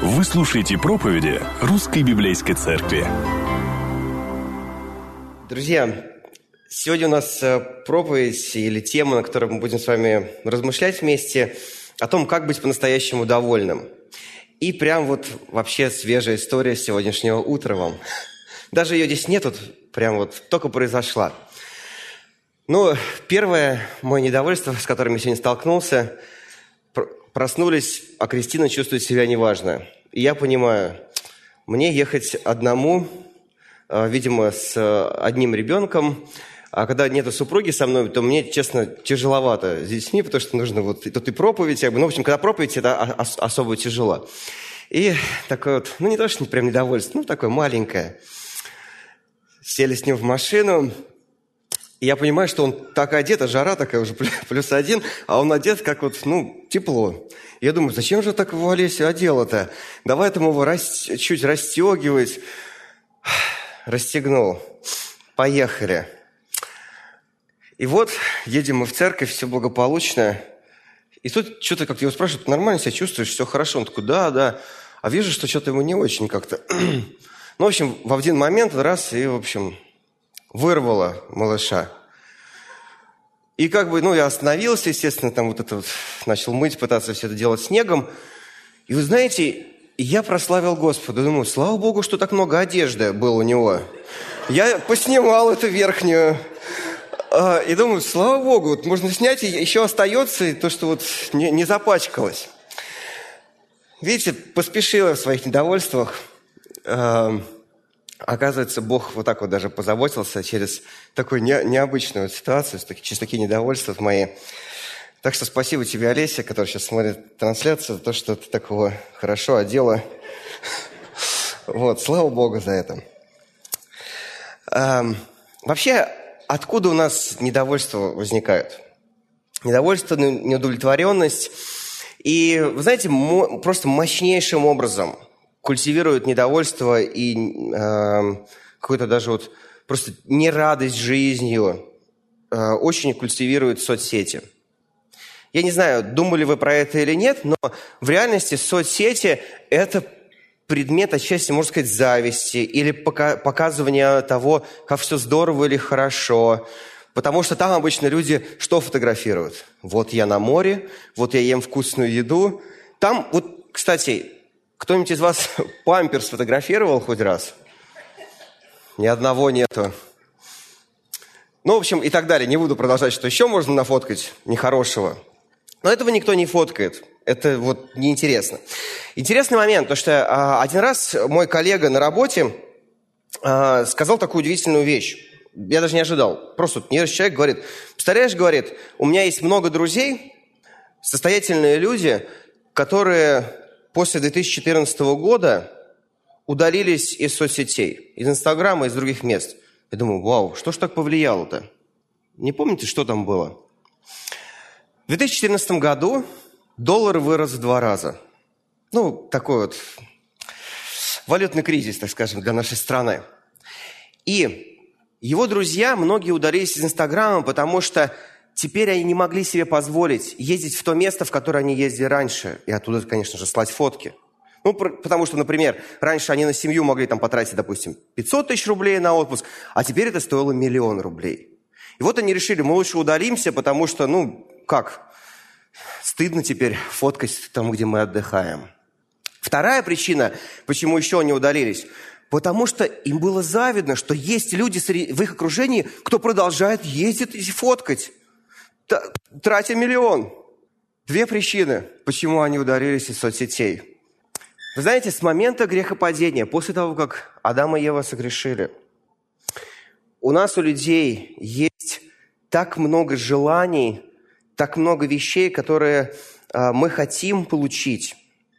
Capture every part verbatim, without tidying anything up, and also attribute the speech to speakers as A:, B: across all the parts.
A: Вы слушаете проповеди Русской Библейской Церкви.
B: Друзья, сегодня у нас проповедь или тема, на которой мы будем с вами размышлять вместе, о том, как быть по-настоящему довольным. И прям вот вообще свежая история сегодняшнего утра вам. Даже ее здесь нет, вот прям вот только произошла. Ну, первое мое недовольство, с которым я сегодня столкнулся, проснулись, а Кристина чувствует себя неважно. И я понимаю, мне ехать одному, видимо, с одним ребенком, а когда нету супруги со мной, то мне, честно, тяжеловато с детьми, потому что нужно вот тут и проповедь, как бы, ну, в общем, когда проповедь, это особо тяжело. И такое вот, ну, не то, что прям недовольство, ну, такое маленькое. Сели с ним в машину, и я понимаю, что он так одет, а жара такая уже плюс один, а он одет как вот, ну, тепло. Я думаю, зачем же так его Олеся одела-то? Давай там его рас... чуть расстегивать. Расстегнул. Поехали. И вот едем мы в церковь, все благополучно. И тут что-то как-то его спрашивают, нормально себя чувствуешь, все хорошо? Он такой, да, да. А вижу, что что-то ему не очень как-то. Ну, в общем, в один момент раз и, в общем, вырвало малыша. И как бы, ну, я остановился, естественно, там вот это вот начал мыть, пытаться все это делать снегом. И вы знаете, я прославил Господа. Думаю, слава Богу, что так много одежды было у него. Я поснимал эту верхнюю. И думаю, слава Богу, вот можно снять, и еще остается и то, что вот не, не запачкалось. Видите, поспешил я в своих недовольствах. Оказывается, Бог вот так вот даже позаботился через такую не, необычную ситуацию, через такие недовольства мои. Так что спасибо тебе, Олеся, которая сейчас смотрит трансляцию, за то, что ты такого хорошо одела. Вот, слава Богу за это. Вообще, откуда у нас недовольства возникают? Недовольство, неудовлетворенность. И, вы знаете, просто мощнейшим образом культивируют недовольство и э, какую-то даже вот просто нерадость жизнью, э, очень культивируют соцсети. Я не знаю, думали вы про это или нет, но в реальности соцсети – это предмет отчасти, можно сказать, зависти или пока, показывания того, как все здорово или хорошо. Потому что там обычно люди что фотографируют? Вот я на море, вот я ем вкусную еду. Там, вот, кстати, кто-нибудь из вас памперс сфотографировал хоть раз? Ни одного нету. Ну, в общем, и так далее. Не буду продолжать, что еще можно нафоткать нехорошего. Но этого никто не фоткает. Это вот неинтересно. Интересный момент, потому что а, один раз мой коллега на работе а, сказал такую удивительную вещь. Я даже не ожидал. Просто вот неверующий человек говорит, представляешь, говорит, у меня есть много друзей, состоятельные люди, которые после две тысячи четырнадцатого года удалились из соцсетей, из Инстаграма, из других мест. Я думаю, вау, что ж так повлияло-то? Не помните, что там было? В две тысячи четырнадцатом году доллар вырос в два раза. Ну, такой вот валютный кризис, так скажем, для нашей страны. И его друзья, многие удалились из Инстаграма, потому что теперь они не могли себе позволить ездить в то место, в которое они ездили раньше. И оттуда, конечно же, слать фотки. Ну, потому что, например, раньше они на семью могли там потратить, допустим, пятьсот тысяч рублей на отпуск, а теперь это стоило миллион рублей. И вот они решили, мы лучше удалимся, потому что, ну, как, стыдно теперь фоткать там, где мы отдыхаем. Вторая причина, почему еще они удалились, потому что им было завидно, что есть люди в их окружении, кто продолжает ездить и фоткать, тратя миллион. Две причины, почему они удалились из соцсетей. Вы знаете, с момента грехопадения, после того, как Адам и Ева согрешили, у нас, у людей, есть так много желаний, так много вещей, которые э, мы хотим получить.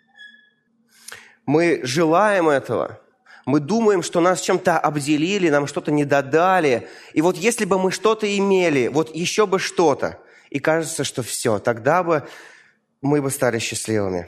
B: Мы желаем этого. Мы думаем, что нас чем-то обделили, нам что-то не додали. И вот если бы мы что-то имели, вот еще бы что-то, и кажется, что все, тогда бы мы бы стали счастливыми.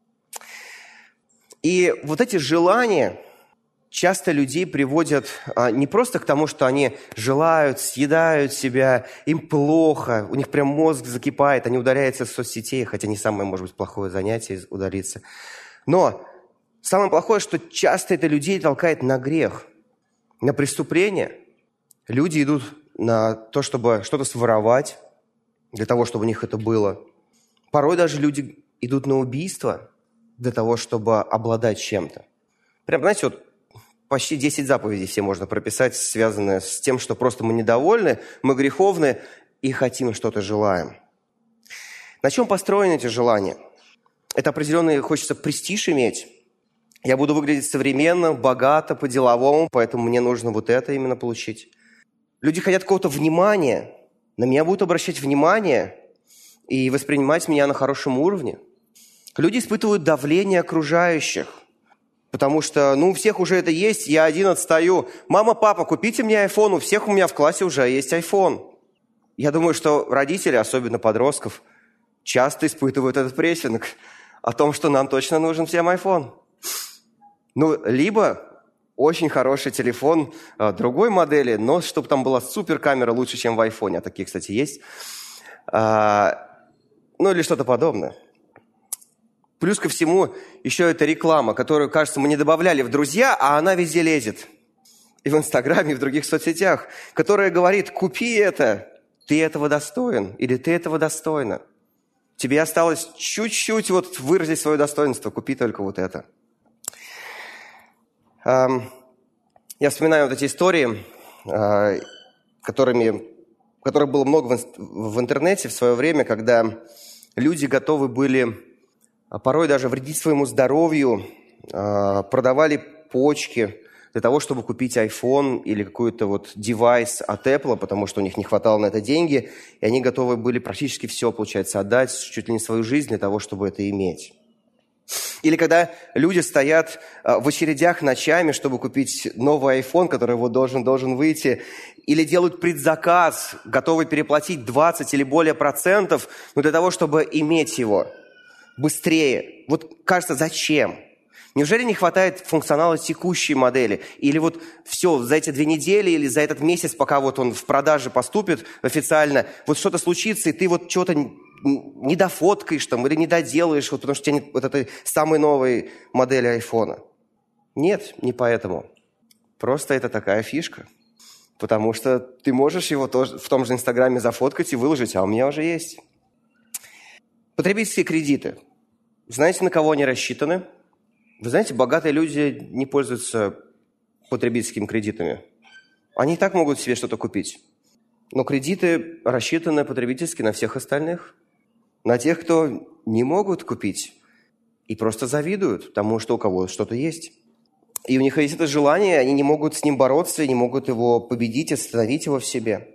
B: И вот эти желания часто людей приводят а, не просто к тому, что они желают, съедают себя, им плохо, у них прям мозг закипает, они удаляются в соцсетей, хотя не самое, может быть, плохое занятие удалиться. Но Самое плохое, что часто это людей толкает на грех, на преступление. Люди идут на то, чтобы что-то своровать, для того, чтобы у них это было. Порой даже люди идут на убийство для того, чтобы обладать чем-то. Прям, знаете, вот почти десять заповедей все можно прописать, связанные с тем, что просто мы недовольны, мы греховны и хотим что-то желаем. На чем построены эти желания? Это определенный, хочется престиж иметь. Я буду выглядеть современно, богато, по-деловому, поэтому мне нужно вот это именно получить. Люди хотят какого-то внимания, на меня будут обращать внимание и воспринимать меня на хорошем уровне. Люди испытывают давление окружающих, потому что, ну, у всех уже это есть, я один отстаю. Мама, папа, купите мне айфон, у всех у меня в классе уже есть айфон. Я думаю, что родители, особенно подростков, часто испытывают этот прессинг о том, что нам точно нужен всем айфон. Ну, либо очень хороший телефон а, другой модели, но чтобы там была суперкамера лучше, чем в айфоне. А такие, кстати, есть. А, ну, или что-то подобное. Плюс ко всему, еще это реклама, которую, кажется, мы не добавляли в друзья, а она везде лезет. И в Инстаграме, и в других соцсетях, которая говорит: купи это, ты этого достоин, или ты этого достойна. Тебе осталось чуть-чуть вот выразить свое достоинство, купи только вот это. Я вспоминаю вот эти истории, которыми, которых было много в интернете в свое время, когда люди готовы были порой даже вредить своему здоровью, продавали почки для того, чтобы купить iPhone или какой-то вот девайс от Apple, потому что у них не хватало на это деньги, и они готовы были практически все, получается, отдать, чуть ли не свою жизнь для того, чтобы это иметь. Или когда люди стоят в очередях ночами, чтобы купить новый iPhone, который вот должен, должен выйти, или делают предзаказ, готовы переплатить двадцать или более процентов, но для того, чтобы иметь его быстрее. Вот кажется, зачем? Неужели не хватает функционала текущей модели? Или вот все, за эти две недели или за этот месяц, пока вот он в продаже поступит официально, вот что-то случится, и ты вот что-то не дофоткаешь там или не доделаешь, вот, потому что у тебя нет вот этой самой новой модели айфона. Нет, не поэтому. Просто это такая фишка. Потому что ты можешь его тоже в том же Инстаграме зафоткать и выложить, а у меня уже есть. Потребительские кредиты. Знаете, на кого они рассчитаны? Вы знаете, богатые люди не пользуются потребительскими кредитами. Они и так могут себе что-то купить. Но кредиты рассчитаны потребительски на всех остальных. На тех, кто не могут купить и просто завидуют тому, что у кого что-то есть. И у них есть это желание, они не могут с ним бороться, не могут его победить, остановить его в себе.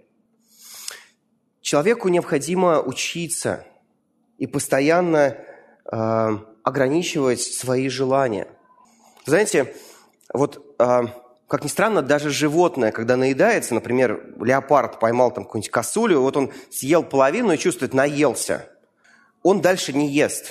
B: Человеку необходимо учиться и постоянно э, ограничивать свои желания. Знаете, вот, э, как ни странно, даже животное, когда наедается, например, леопард поймал там какую-нибудь косулю, вот он съел половину и чувствует, наелся. Он дальше не ест.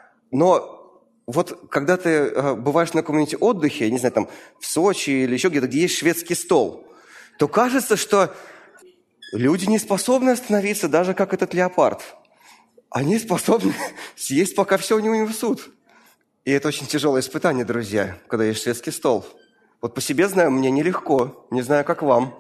B: Но вот когда ты э, бываешь на каком-нибудь отдыхе, не знаю, там в Сочи или еще где-то, где есть шведский стол, то кажется, что люди не способны остановиться, даже как этот леопард. Они способны съесть, пока все не унесут. И это очень тяжелое испытание, друзья, когда есть шведский стол. Вот по себе знаю, мне нелегко, не знаю, как вам.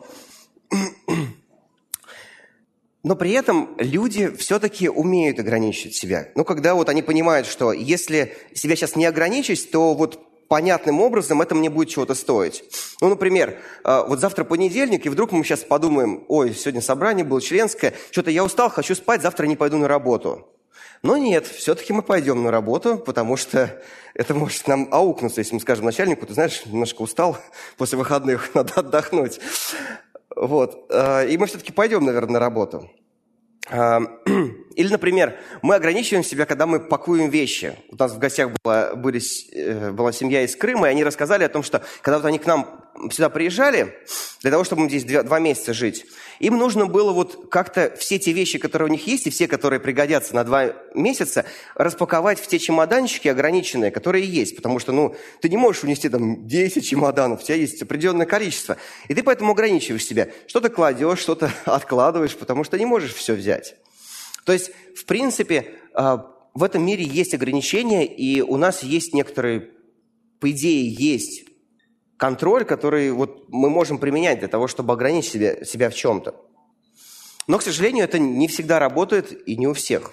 B: Но при этом люди все-таки умеют ограничить себя. Ну, когда вот они понимают, что если себя сейчас не ограничить, то вот понятным образом это мне будет чего-то стоить. Ну, например, вот завтра понедельник, и вдруг мы сейчас подумаем: ой, сегодня собрание было членское, что-то я устал, хочу спать, завтра не пойду на работу. Но нет, все-таки мы пойдем на работу, потому что это может нам аукнуться, если мы скажем начальнику: ты знаешь, немножко устал, после выходных надо отдохнуть. Вот. И мы все-таки пойдем, наверное, на работу. Или, например, мы ограничиваем себя, когда мы пакуем вещи. У нас в гостях была, были, была семья из Крыма, и они рассказали о том, что когда вот они к нам сюда приезжали, для того, чтобы здесь два, два месяца жить, им нужно было вот как-то все те вещи, которые у них есть, и все, которые пригодятся на два месяца, распаковать в те чемоданчики ограниченные, которые есть. Потому что, ну, ты не можешь унести там десять чемоданов, у тебя есть определенное количество. И ты поэтому ограничиваешь себя. Что-то кладешь, что-то откладываешь, потому что не можешь все взять. То есть, в принципе, в этом мире есть ограничения, и у нас есть некоторый по идее, есть контроль, который вот мы можем применять для того, чтобы ограничить себя, себя в чем-то. Но, к сожалению, это не всегда работает и не у всех.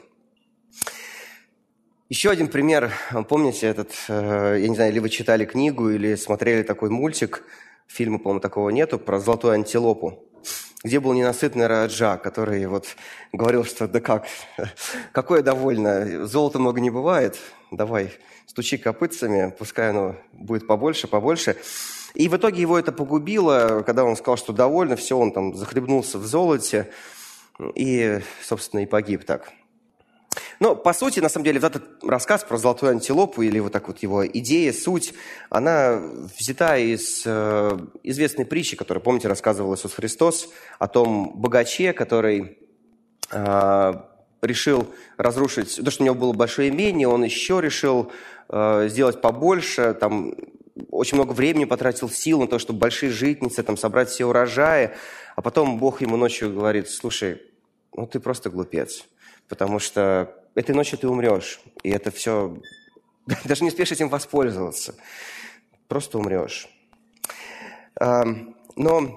B: Еще один пример. Помните этот, я не знаю, или вы читали книгу, или смотрели такой мультик, фильма, по-моему, такого нету, про золотую антилопу, где был ненасытный Раджа, который вот говорил, что да как, какое довольно, золота много не бывает, давай стучи копытцами, пускай оно будет побольше, побольше. И в итоге его это погубило, когда он сказал, что довольно, все, он там захлебнулся в золоте и, собственно, и погиб так. Но, по сути, на самом деле, вот этот рассказ про золотую антилопу, или вот так вот его идея, суть, она взята из э, известной притчи, которую, помните, рассказывал Иисус Христос, о том богаче, который э, решил разрушить, то, что у него было большое имение, он еще решил э, сделать побольше, там, очень много времени потратил сил на то, чтобы большие житницы, там, собрать все урожаи, а потом Бог ему ночью говорит: слушай, ну ты просто глупец. Потому что этой ночью ты умрешь, и это все... Даже не успеешь этим воспользоваться. Просто умрешь. Но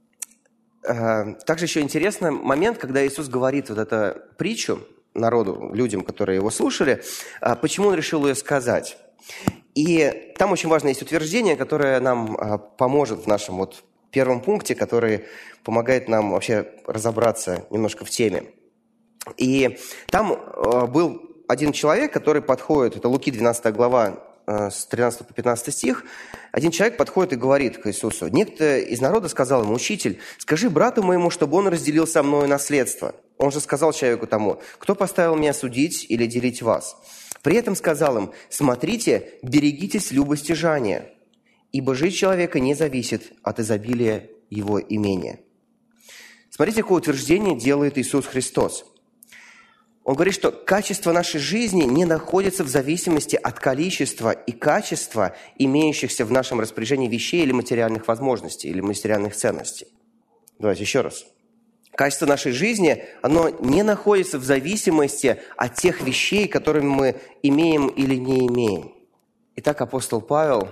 B: также еще интересный момент, когда Иисус говорит вот эту притчу народу, людям, которые его слушали, почему он решил ее сказать. И там очень важное есть утверждение, которое нам поможет в нашем вот первом пункте, который помогает нам вообще разобраться немножко в теме. И там э, был один человек, который подходит, это Луки двенадцатая глава, э, с тринадцатого по пятнадцатый стих, один человек подходит и говорит к Иисусу: некто из народа сказал ему: «Учитель, скажи брату моему, чтобы он разделил со мною наследство». Он же сказал человеку тому: «Кто поставил меня судить или делить вас?» При этом сказал им: «Смотрите, берегитесь любостяжания, ибо жизнь человека не зависит от изобилия его имения». Смотрите, какое утверждение делает Иисус Христос. Он говорит, что качество нашей жизни не находится в зависимости от количества и качества имеющихся в нашем распоряжении вещей или материальных возможностей, или материальных ценностей. Давайте еще раз. Качество нашей жизни, оно не находится в зависимости от тех вещей, которыми мы имеем или не имеем. Итак, апостол Павел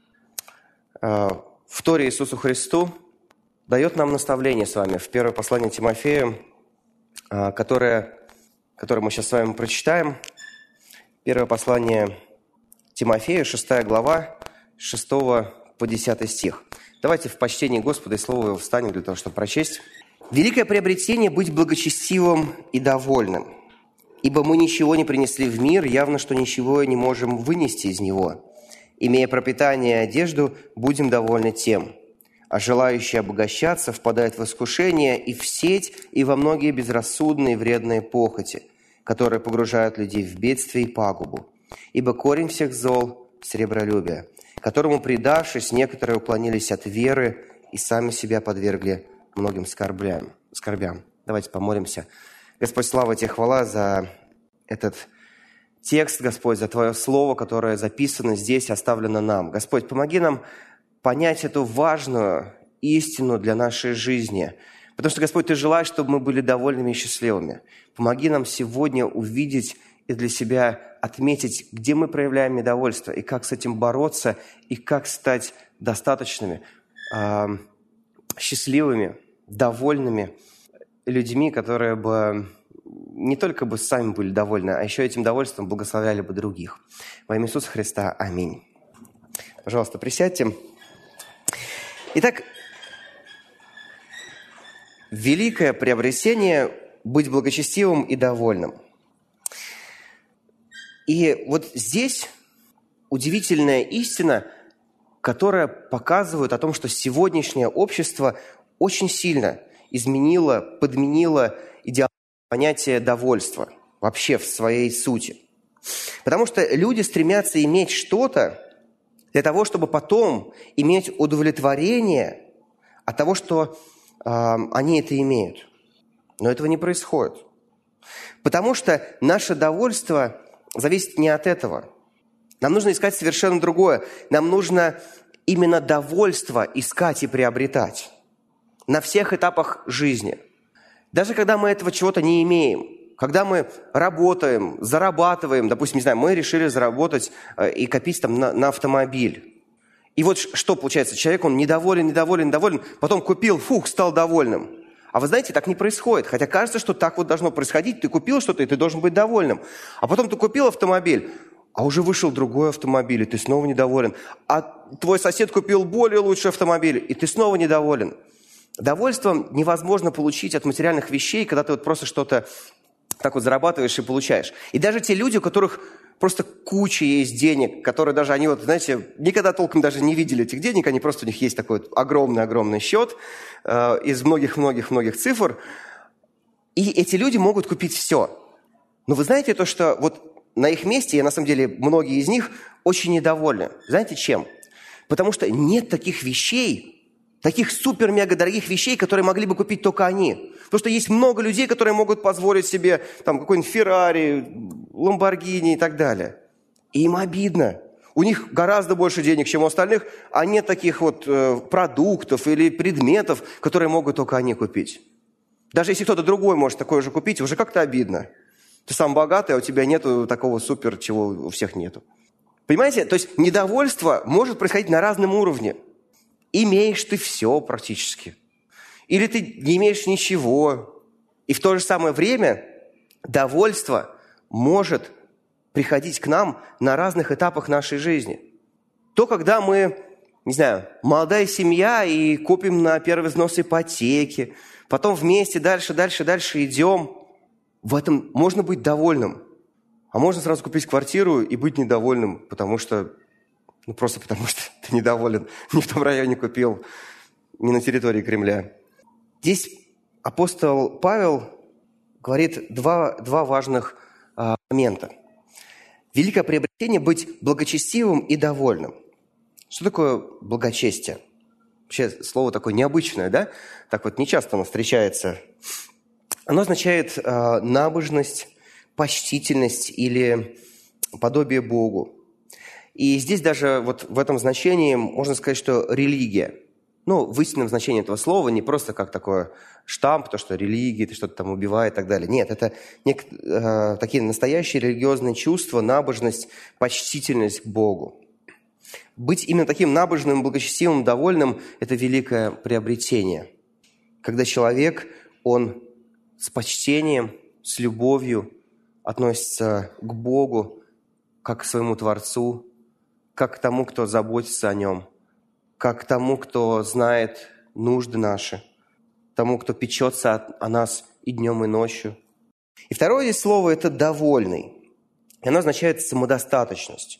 B: э, в Торе Иисусу Христу дает нам наставление с вами в первое послание Тимофею, э, которое... который мы сейчас с вами прочитаем. Первое послание Тимофею, шестая глава, шестого по десятый стих. Давайте в почтении Господа и Слова Его встанем для того, чтобы прочесть. «Великое приобретение – быть благочестивым и довольным, ибо мы ничего не принесли в мир, явно, что ничего не можем вынести из него. Имея пропитание и одежду, будем довольны тем. А желающие обогащаться впадают в искушение и в сеть, и во многие безрассудные вредные похоти, которые погружают людей в бедствие и пагубу. Ибо корень всех зол – сребролюбие, которому, предавшись, некоторые уклонились от веры и сами себя подвергли многим скорблям. скорбям». Давайте помолимся. Господь, слава Тебе, хвала за этот текст, Господь, за Твое Слово, которое записано здесь, оставлено нам. Господь, помоги нам понять эту важную истину для нашей жизни. Потому что, Господь, Ты желаешь, чтобы мы были довольными и счастливыми. Помоги нам сегодня увидеть и для себя отметить, где мы проявляем недовольство, и как с этим бороться, и как стать достаточными, э, счастливыми, довольными людьми, которые бы не только бы сами были довольны, а еще этим довольством благословляли бы других. Во имя Иисуса Христа. Аминь. Пожалуйста, присядьте. Итак, великое приобретение – быть благочестивым и довольным. И вот здесь удивительная истина, которая показывает о том, что сегодняшнее общество очень сильно изменило, подменило идеальное понятие довольства вообще в своей сути. Потому что люди стремятся иметь что-то для того, чтобы потом иметь удовлетворение от того, что э, они это имеют. Но этого не происходит. Потому что наше довольство зависит не от этого. Нам нужно искать совершенно другое. Нам нужно именно довольство искать и приобретать на всех этапах жизни. Даже когда мы этого чего-то не имеем. когда мы работаем, зарабатываем, допустим, не знаю, мы решили заработать и копить там на, на автомобиль. И вот что получается, человек, он недоволен, недоволен, недоволен, потом купил, фух, стал довольным. А вы знаете, так не происходит. Хотя кажется, что так вот должно происходить. Ты купил что-то, и ты должен быть довольным. А потом ты купил автомобиль, а уже вышел другой автомобиль, и ты снова недоволен. А твой сосед купил более лучший автомобиль, и ты снова недоволен. Довольство невозможно получить от материальных вещей, когда ты вот просто что-то так вот зарабатываешь и получаешь. И даже те люди, у которых просто куча есть денег, которые даже, они вот, знаете, никогда толком даже не видели этих денег, они просто, у них есть такой вот огромный-огромный счет э, из многих-многих-многих цифр, и эти люди могут купить все. Но вы знаете то, что вот на их месте, и на самом деле многие из них очень недовольны. Знаете чем? Потому что нет таких вещей, таких супер-мега дорогих вещей, которые могли бы купить только они. Потому что есть много людей, которые могут позволить себе там какой-нибудь Феррари, Ламборгини и так далее. И им обидно. У них гораздо больше денег, чем у остальных, а нет таких вот э, продуктов или предметов, которые могут только они купить. Даже если кто-то другой может такое же купить, уже как-то обидно. Ты сам богатый, а у тебя нету такого супер, чего у всех нету. Понимаете? То есть недовольство может происходить на разном уровне. Имеешь ты все практически. Или ты не имеешь ничего. И в то же самое время довольство может приходить к нам на разных этапах нашей жизни. То, когда мы, не знаю, молодая семья и копим на первый взнос ипотеки, потом вместе дальше, дальше, дальше идем, в этом можно быть довольным. А можно сразу купить квартиру и быть недовольным, потому что, ну просто потому что ты недоволен, не в том районе купил, не на территории Кремля. Здесь апостол Павел говорит два, два важных а, момента. Великое приобретение – быть благочестивым и довольным. Что такое благочестие? Вообще слово такое необычное, да? Так вот нечасто оно встречается. Оно означает э, набожность, почтительность или подобие Богу. И здесь даже вот в этом значении можно сказать, что религия. Ну, в истинном значении этого слова не просто как такой штамп, то, что религия, ты что-то там убивает и так далее. Нет, это нек- э, такие настоящие религиозные чувства, набожность, почтительность к Богу. Быть именно таким набожным, благочестивым, довольным – это великое приобретение. Когда человек, он с почтением, с любовью относится к Богу, как к своему Творцу, как к тому, кто заботится о нем, как к тому, кто знает нужды наши, тому, кто печется о нас и днем, и ночью. И второе здесь слово – это «довольный». И оно означает самодостаточность.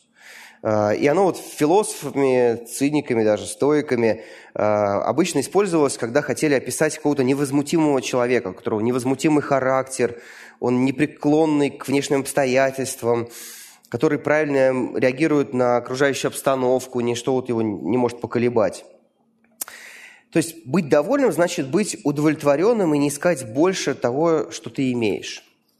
B: И оно вот философами, циниками, даже стоиками обычно использовалось, когда хотели описать какого-то невозмутимого человека, у которого невозмутимый характер, он непреклонный к внешним обстоятельствам, который правильно реагирует на окружающую обстановку, ничто вот его не может поколебать. То есть быть довольным значит быть удовлетворенным и не искать больше того, что ты имеешь.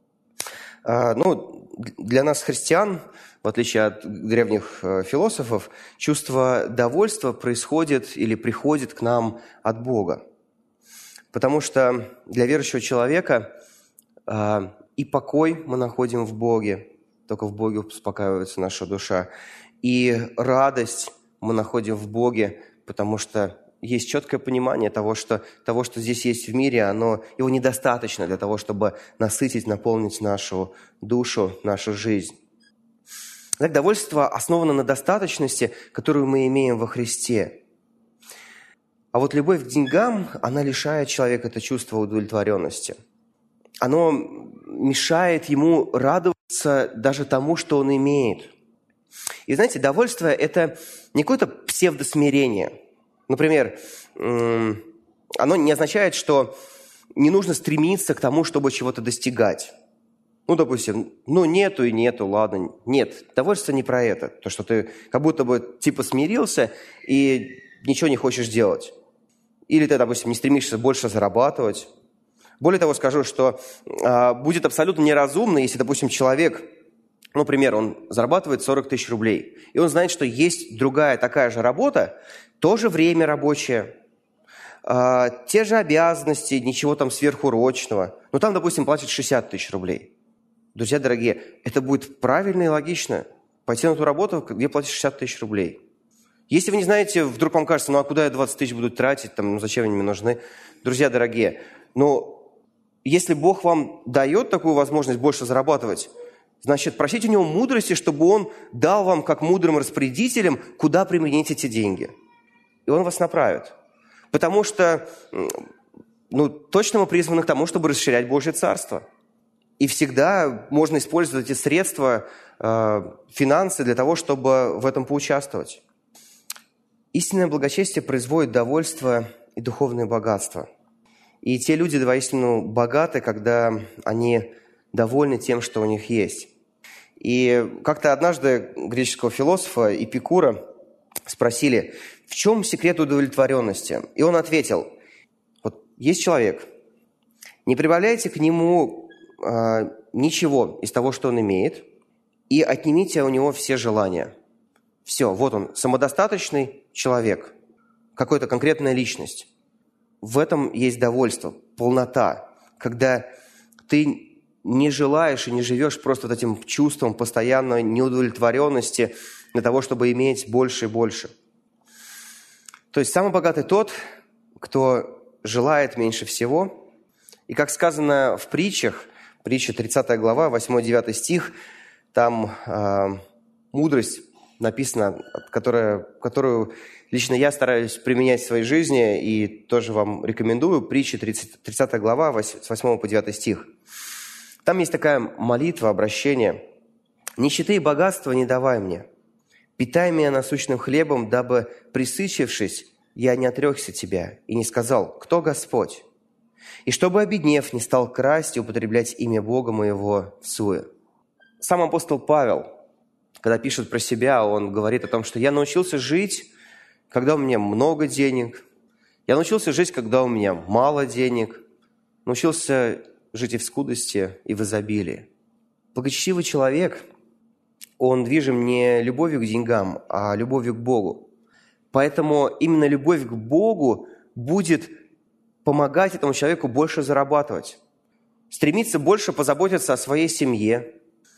B: Ну, для нас, христиан, в отличие от древних философов, чувство довольства происходит или приходит к нам от Бога. Потому что для верующего человека и покой мы находим в Боге, только в Боге успокаивается наша душа, и радость мы находим в Боге, потому что есть четкое понимание того, что, того, что здесь есть в мире, оно, его недостаточно для того, чтобы насытить, наполнить нашу душу, нашу жизнь. Так, довольство основано на достаточности, которую мы имеем во Христе. А вот любовь к деньгам, она лишает человека это чувство удовлетворенности. Оно мешает ему радоваться даже тому, что он имеет. И знаете, довольство – это не какое-то псевдосмирение. Например, оно не означает, что не нужно стремиться к тому, чтобы чего-то достигать. Ну, допустим, ну, нету и нету, ладно. Нет, довольство не про это. То, что ты как будто бы типа смирился и ничего не хочешь делать. Или ты, допустим, не стремишься больше зарабатывать. Более того, скажу, что а, будет абсолютно неразумно, если, допустим, человек, ну, например, он зарабатывает сорок тысяч рублей, и он знает, что есть другая такая же работа, тоже время рабочее, а, те же обязанности, ничего там сверхурочного. Но там, допустим, платят шестьдесят тысяч рублей. Друзья дорогие, это будет правильно и логично. Пойти на ту работу, где платишь шестьдесят тысяч рублей. Если вы не знаете, вдруг вам кажется, ну а куда я двадцать тысяч буду тратить, там, ну зачем они мне нужны? Друзья дорогие, ну если Бог вам дает такую возможность больше зарабатывать, значит, просите у Него мудрости, чтобы Он дал вам, как мудрым распорядителям, куда применить эти деньги. И Он вас направит. Потому что, ну, точно мы призваны к тому, чтобы расширять Божье Царство. И всегда можно использовать эти средства, э, финансы для того, чтобы в этом поучаствовать. Истинное благочестие производит довольство и духовное богатство. И те люди воистину богаты, когда они довольны тем, что у них есть. И как-то однажды греческого философа Эпикура спросили, в чем секрет удовлетворенности? И он ответил, вот есть человек, не прибавляйте к нему э, ничего из того, что он имеет, и отнимите у него все желания. Все, вот он, самодостаточный человек, какая-то конкретная личность. В этом есть довольство, полнота, когда ты не желаешь и не живешь просто вот этим чувством постоянной неудовлетворенности для того, чтобы иметь больше и больше. То есть самый богатый тот, кто желает меньше всего. И как сказано в притчах, притча тридцатая глава, восьмой-девятый стих, там э, мудрость написана, которая, которую лично я стараюсь применять в своей жизни и тоже вам рекомендую. Притча тридцатая глава, с восьмого по девятый стих. Там есть такая молитва, обращение. «Нищеты и богатства не давай мне. Питай меня насущным хлебом, дабы, присытившись, я не отрекся тебя и не сказал, кто Господь? И чтобы, обеднев, не стал красть и употреблять имя Бога моего всуе». Сам апостол Павел, когда пишет про себя, он говорит о том, что я научился жить, когда у меня много денег. Я научился жить, когда у меня мало денег. Научился жить и в скудости, и в изобилии. Благочестивый человек, он движим не любовью к деньгам, а любовью к Богу. Поэтому именно любовь к Богу будет помогать этому человеку больше зарабатывать. Стремиться больше позаботиться о своей семье,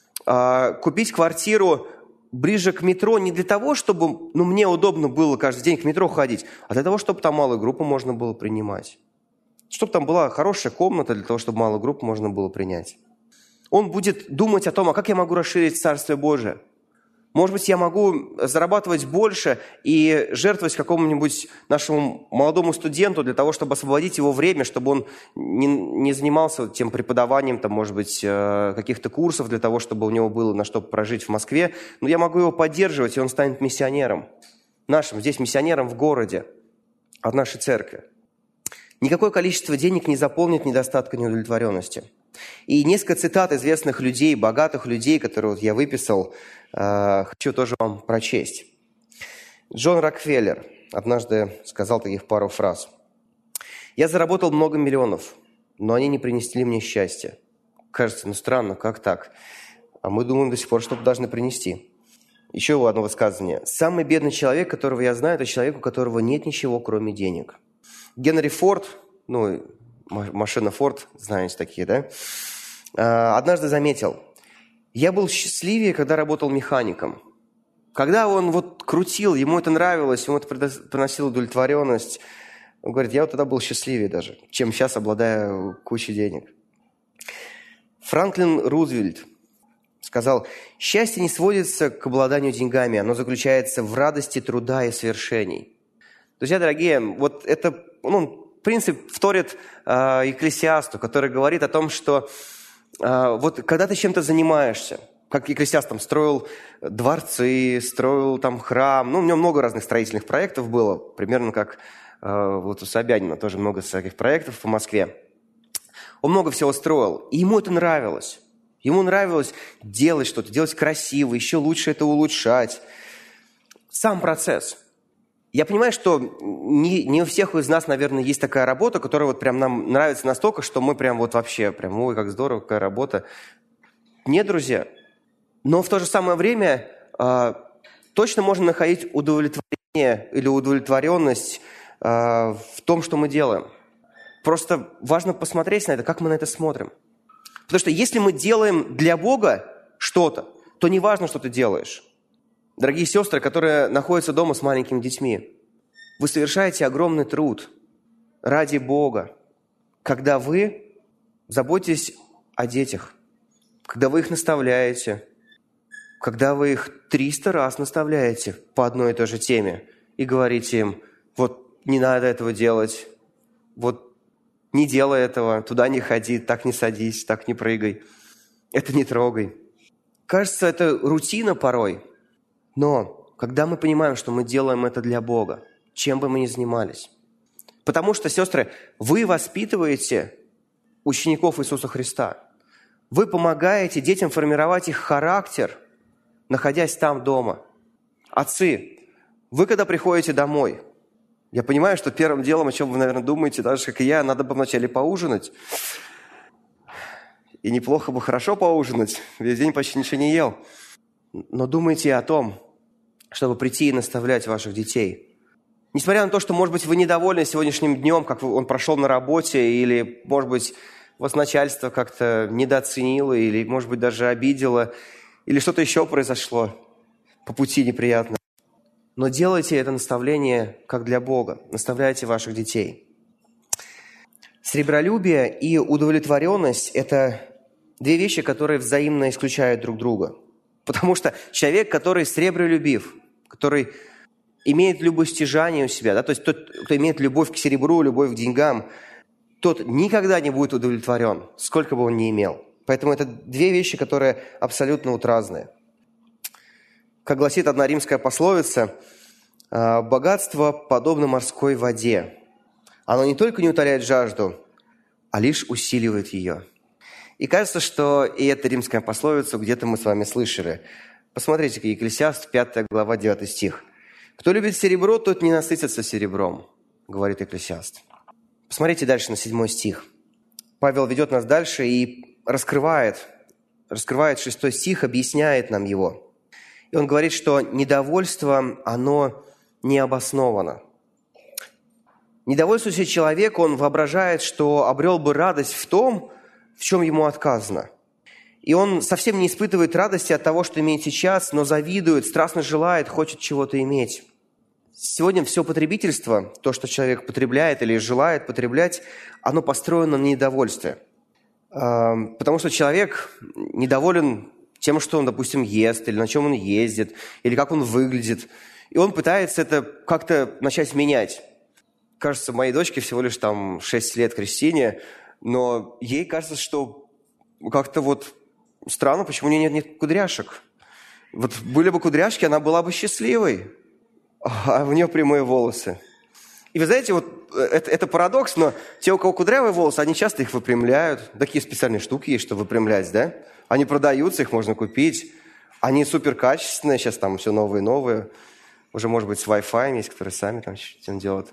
B: купить квартиру ближе к метро не для того, чтобы ну, мне удобно было каждый день к метро ходить, а для того, чтобы там малую группу можно было принимать. Чтобы там была хорошая комната для того, чтобы малую группу можно было принять. Он будет думать о том, а как я могу расширить Царствие Божие? Может быть, я могу зарабатывать больше и жертвовать какому-нибудь нашему молодому студенту для того, чтобы освободить его время, чтобы он не, не занимался тем преподаванием, там, может быть, каких-то курсов для того, чтобы у него было на что прожить в Москве. Но я могу его поддерживать, и он станет миссионером. Нашим здесь миссионером в городе от нашей церкви. Никакое количество денег не заполнит недостатка неудовлетворенности. И несколько цитат известных людей, богатых людей, которые вот я выписал, э, хочу тоже вам прочесть. Джон Рокфеллер однажды сказал таких пару фраз. «Я заработал много миллионов, но они не принесли мне счастья». Кажется, ну странно, как так? А мы думаем до сих пор, что должны принести. Еще одно высказывание. «Самый бедный человек, которого я знаю, это человек, у которого нет ничего, кроме денег». Генри Форд, ну, машина Форд, знаете такие, да? Однажды заметил, я был счастливее, когда работал механиком. Когда он вот крутил, ему это нравилось, ему это приносило удовлетворенность. Он говорит, я вот тогда был счастливее даже, чем сейчас, обладая кучей денег. Франклин Рузвельт сказал, счастье не сводится к обладанию деньгами, оно заключается в радости труда и свершений. Друзья дорогие, вот это ну, принцип вторит э, Екклесиасту, который говорит о том, что э, вот когда ты чем-то занимаешься, как Екклесиаст там строил дворцы, строил там храм, ну, у него много разных строительных проектов было, примерно как э, вот у Собянина, тоже много всяких проектов по Москве. Он много всего строил, и ему это нравилось. Ему нравилось делать что-то, делать красиво, еще лучше это улучшать. Сам процесс. Я понимаю, что не, не у всех из нас, наверное, есть такая работа, которая вот прям нам нравится настолько, что мы прям вот вообще, прям, ой, как здорово, какая работа. Нет, друзья. Но в то же самое время э, точно можно находить удовлетворение или удовлетворенность э, в том, что мы делаем. Просто важно посмотреть на это, как мы на это смотрим. Потому что если мы делаем для Бога что-то, то не важно, что ты делаешь. Дорогие сестры, которые находятся дома с маленькими детьми, вы совершаете огромный труд ради Бога, когда вы заботитесь о детях, когда вы их наставляете, когда вы их триста раз наставляете по одной и той же теме и говорите им, вот не надо этого делать, вот не делай этого, туда не ходи, так не садись, так не прыгай, это не трогай. Кажется, это рутина порой, но когда мы понимаем, что мы делаем это для Бога, чем бы мы ни занимались. Потому что, сестры, вы воспитываете учеников Иисуса Христа. Вы помогаете детям формировать их характер, находясь там дома. Отцы, вы когда приходите домой, я понимаю, что первым делом, о чем вы, наверное, думаете, так же, как и я, надо бы вначале поужинать. И неплохо бы хорошо поужинать. Весь день почти ничего не ел. Но думайте о том, чтобы прийти и наставлять ваших детей. Несмотря на то, что, может быть, вы недовольны сегодняшним днем, как он прошел на работе, или, может быть, вас начальство как-то недооценило, или, может быть, даже обидело, или что-то еще произошло по пути неприятно. Но делайте это наставление как для Бога. Наставляйте ваших детей. Сребролюбие и удовлетворенность – это две вещи, которые взаимно исключают друг друга. Потому что человек, который сребролюбив, который имеет любостяжание у себя, да, то есть тот, кто имеет любовь к серебру, любовь к деньгам, тот никогда не будет удовлетворен, сколько бы он ни имел. Поэтому это две вещи, которые абсолютно вот разные. Как гласит одна римская пословица, «Богатство подобно морской воде. Оно не только не утоляет жажду, а лишь усиливает ее». И кажется, что и эта римская пословица где-то мы с вами слышали. Посмотрите-ка, Екклесиаст, пятая глава, девятый стих. «Кто любит серебро, тот не насытится серебром», говорит Екклесиаст. Посмотрите дальше на седьмой стих. Павел ведет нас дальше и раскрывает, раскрывает шестой стих, объясняет нам его. И он говорит, что недовольство, оно не обосновано. Недовольствующий человек, он воображает, что обрел бы радость в том, в чем ему отказано. И он совсем не испытывает радости от того, что имеет сейчас, но завидует, страстно желает, хочет чего-то иметь. Сегодня все потребительство, то, что человек потребляет или желает потреблять, оно построено на недовольстве. Потому что человек недоволен тем, что он, допустим, ест, или на чем он ездит, или как он выглядит. И он пытается это как-то начать менять. Кажется, моей дочке всего лишь там шесть лет, Кристине, но ей кажется, что как-то вот странно, почему у нее нет, нет кудряшек. Вот были бы кудряшки, она была бы счастливой, а у нее прямые волосы. И вы знаете, вот это, это парадокс, но те, у кого кудрявые волосы, они часто их выпрямляют. Такие специальные штуки есть, чтобы выпрямлять, да? Они продаются, их можно купить. Они суперкачественные, сейчас там все новые и новые. Уже, может быть, с Wi-Fi есть, которые сами там что-то делают.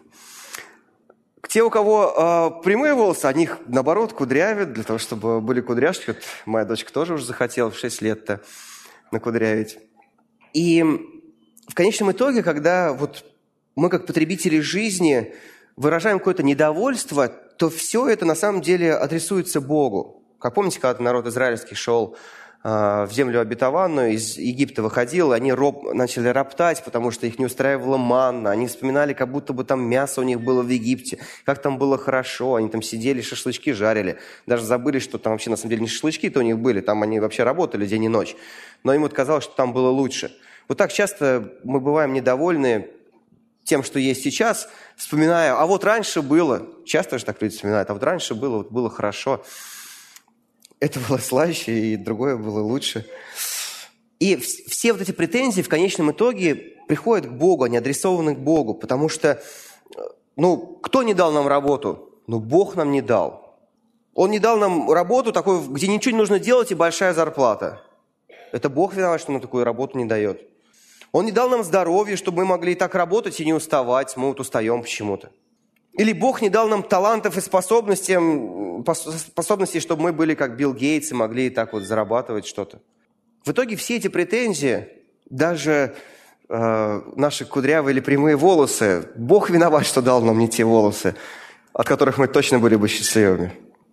B: Те, у кого э, прямые волосы, они их, наоборот, кудрявят, для того, чтобы были кудряшки. Вот моя дочка тоже уже захотела в шесть лет-то накудрявить. И в конечном итоге, когда вот мы, как потребители жизни, выражаем какое-то недовольство, то все это на самом деле адресуется Богу. Как помните, когда народ израильский шел в землю обетованную, из Египта выходил, они роб, начали роптать, потому что их не устраивала манна. Они вспоминали, как будто бы там мясо у них было в Египте, как там было хорошо. Они там сидели, шашлычки жарили. Даже забыли, что там вообще на самом деле не шашлычки-то у них были, там они вообще работали день и ночь. Но им вот казалось, что там было лучше. Вот так часто мы бываем недовольны тем, что есть сейчас, вспоминая, а вот раньше было, часто же так люди вспоминают, а вот раньше было, вот было хорошо. Это было слаще, и другое было лучше. И все вот эти претензии в конечном итоге приходят к Богу, они адресованы к Богу, потому что, ну, кто не дал нам работу? Ну, Бог нам не дал. Он не дал нам работу такой, где ничего не нужно делать и большая зарплата. Это Бог виноват, что нам такую работу не дает. Он не дал нам здоровье, чтобы мы могли и так работать и не уставать, мы вот устаем почему-то. Или Бог не дал нам талантов и способностей, способностей, чтобы мы были как Билл Гейтс и могли так вот зарабатывать что-то. В итоге все эти претензии, даже э, наши кудрявые или прямые волосы, Бог виноват, что дал нам не те волосы, от которых мы точно были бы счастливыми.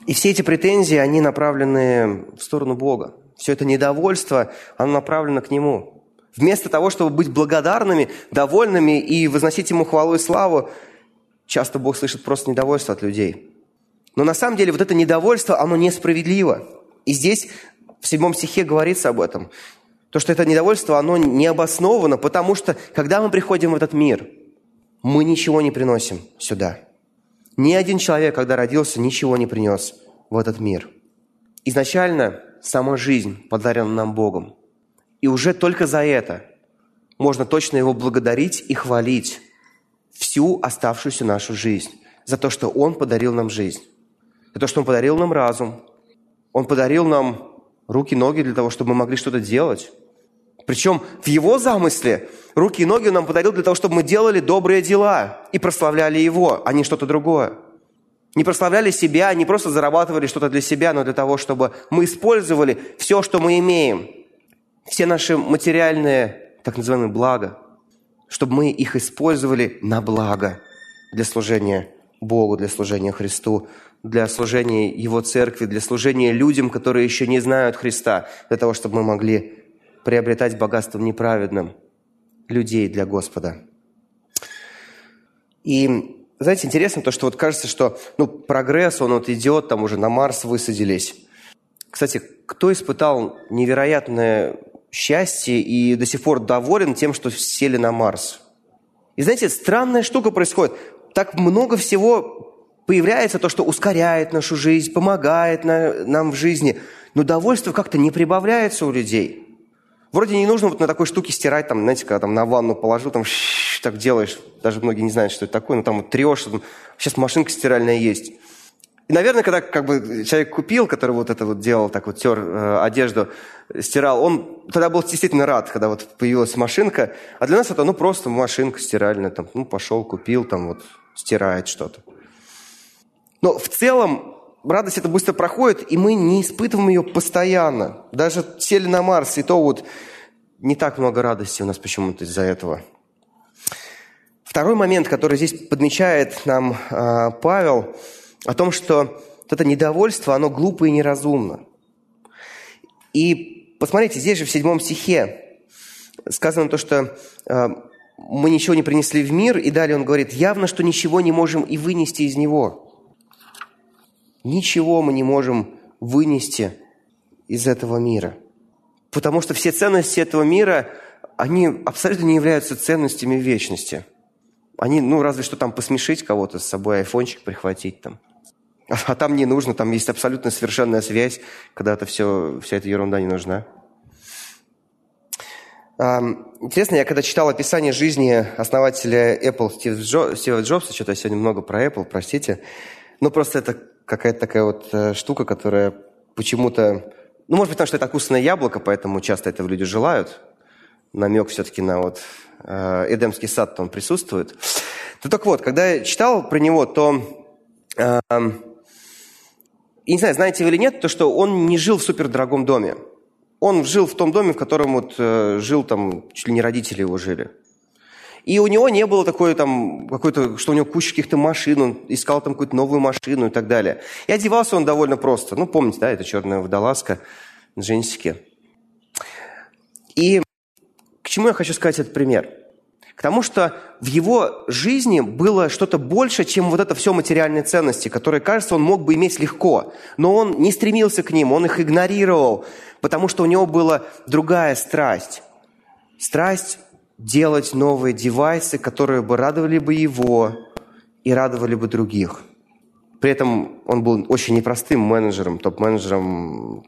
B: И все эти претензии, они направлены в сторону Бога. Все это недовольство, оно направлено к Нему. Вместо того, чтобы быть благодарными, довольными и возносить Ему хвалу и славу, часто Бог слышит просто недовольство от людей. Но на самом деле вот это недовольство, оно несправедливо. И здесь в седьмом стихе говорится об этом. То, что это недовольство, оно не обосновано, потому что, когда мы приходим в этот мир, мы ничего не приносим сюда. Ни один человек, когда родился, ничего не принес в этот мир. Изначально сама жизнь подарена нам Богом. И уже только за это можно точно Его благодарить и хвалить всю оставшуюся нашу жизнь. За то, что Он подарил нам жизнь. За то, что Он подарил нам разум. Он подарил нам руки, ноги для того, чтобы мы могли что-то делать. Причем в Его замысле руки и ноги Он нам подарил для того, чтобы мы делали добрые дела и прославляли Его, а не что-то другое. Не прославляли себя, не просто зарабатывали что-то для себя, но для того, чтобы мы использовали все, что мы имеем, все наши материальные, так называемые, блага, чтобы мы их использовали на благо для служения Богу, для служения Христу, для служения Его церкви, для служения людям, которые еще не знают Христа, для того, чтобы мы могли приобретать богатством неправедным людей для Господа. И, знаете, интересно то, что вот кажется, что ну, прогресс, он вот идет, там уже на Марс высадились. Кстати, кто испытал невероятное счастье и до сих пор доволен тем, что сели на Марс? И, знаете, странная штука происходит. Так много всего появляется, то, что ускоряет нашу жизнь, помогает на, нам в жизни, но довольство как-то не прибавляется у людей. Вроде не нужно вот на такой штуке стирать, там, знаете, когда там на ванну положил, там так делаешь, даже многие не знают, что это такое, но там вот трешь, там, сейчас машинка стиральная есть. И, наверное, когда как бы человек купил, который вот это вот делал, так вот тер э, одежду, стирал, он тогда был действительно рад, когда вот появилась машинка, а для нас это, ну, просто машинка стиральная, там, ну, пошел, купил, там вот стирает что-то. Но в целом радость эта быстро проходит, и мы не испытываем ее постоянно. Даже сели на Марс, и то вот не так много радости у нас почему-то из-за этого. Второй момент, который здесь подмечает нам э, Павел, о том, что вот это недовольство, оно глупо и неразумно. И посмотрите, здесь же в седьмом стихе сказано то, что э, мы ничего не принесли в мир, и далее он говорит, явно, что ничего не можем и вынести из него. Ничего мы не можем вынести из этого мира. Потому что все ценности этого мира, они абсолютно не являются ценностями вечности. Они, ну, разве что там посмешить кого-то с собой, айфончик прихватить там. А, а там не нужно, там есть абсолютно совершенная связь, когда это все, вся эта ерунда не нужна. А, интересно, я когда читал описание жизни основателя Apple Стива, Джо, Стива Джобса, что-то я сегодня много про Apple, простите, но просто это какая-то такая вот э, штука, которая почему-то... Ну, может быть, потому что это откусанное яблоко, поэтому часто этого люди желают. Намек все-таки на вот э, Эдемский сад, он присутствует. Ну, так вот, когда я читал про него, то... Э, я не знаю, знаете вы или нет, то, что он не жил в супердорогом доме. Он жил в том доме, в котором вот э, жил там, чуть ли не родители его жили. И у него не было такой там, какой-то, что у него куча каких-то машин, он искал там какую-то новую машину и так далее. И одевался он довольно просто. Ну, помните, да, это черная водолазка, джинсики. И к чему я хочу сказать этот пример? К тому, что в его жизни было что-то больше, чем вот это все материальные ценности, которые, кажется, он мог бы иметь легко. Но он не стремился к ним, он их игнорировал, потому что у него была другая страсть. Страсть делать новые девайсы, которые бы радовали бы его и радовали бы других. При этом он был очень непростым менеджером, топ-менеджером.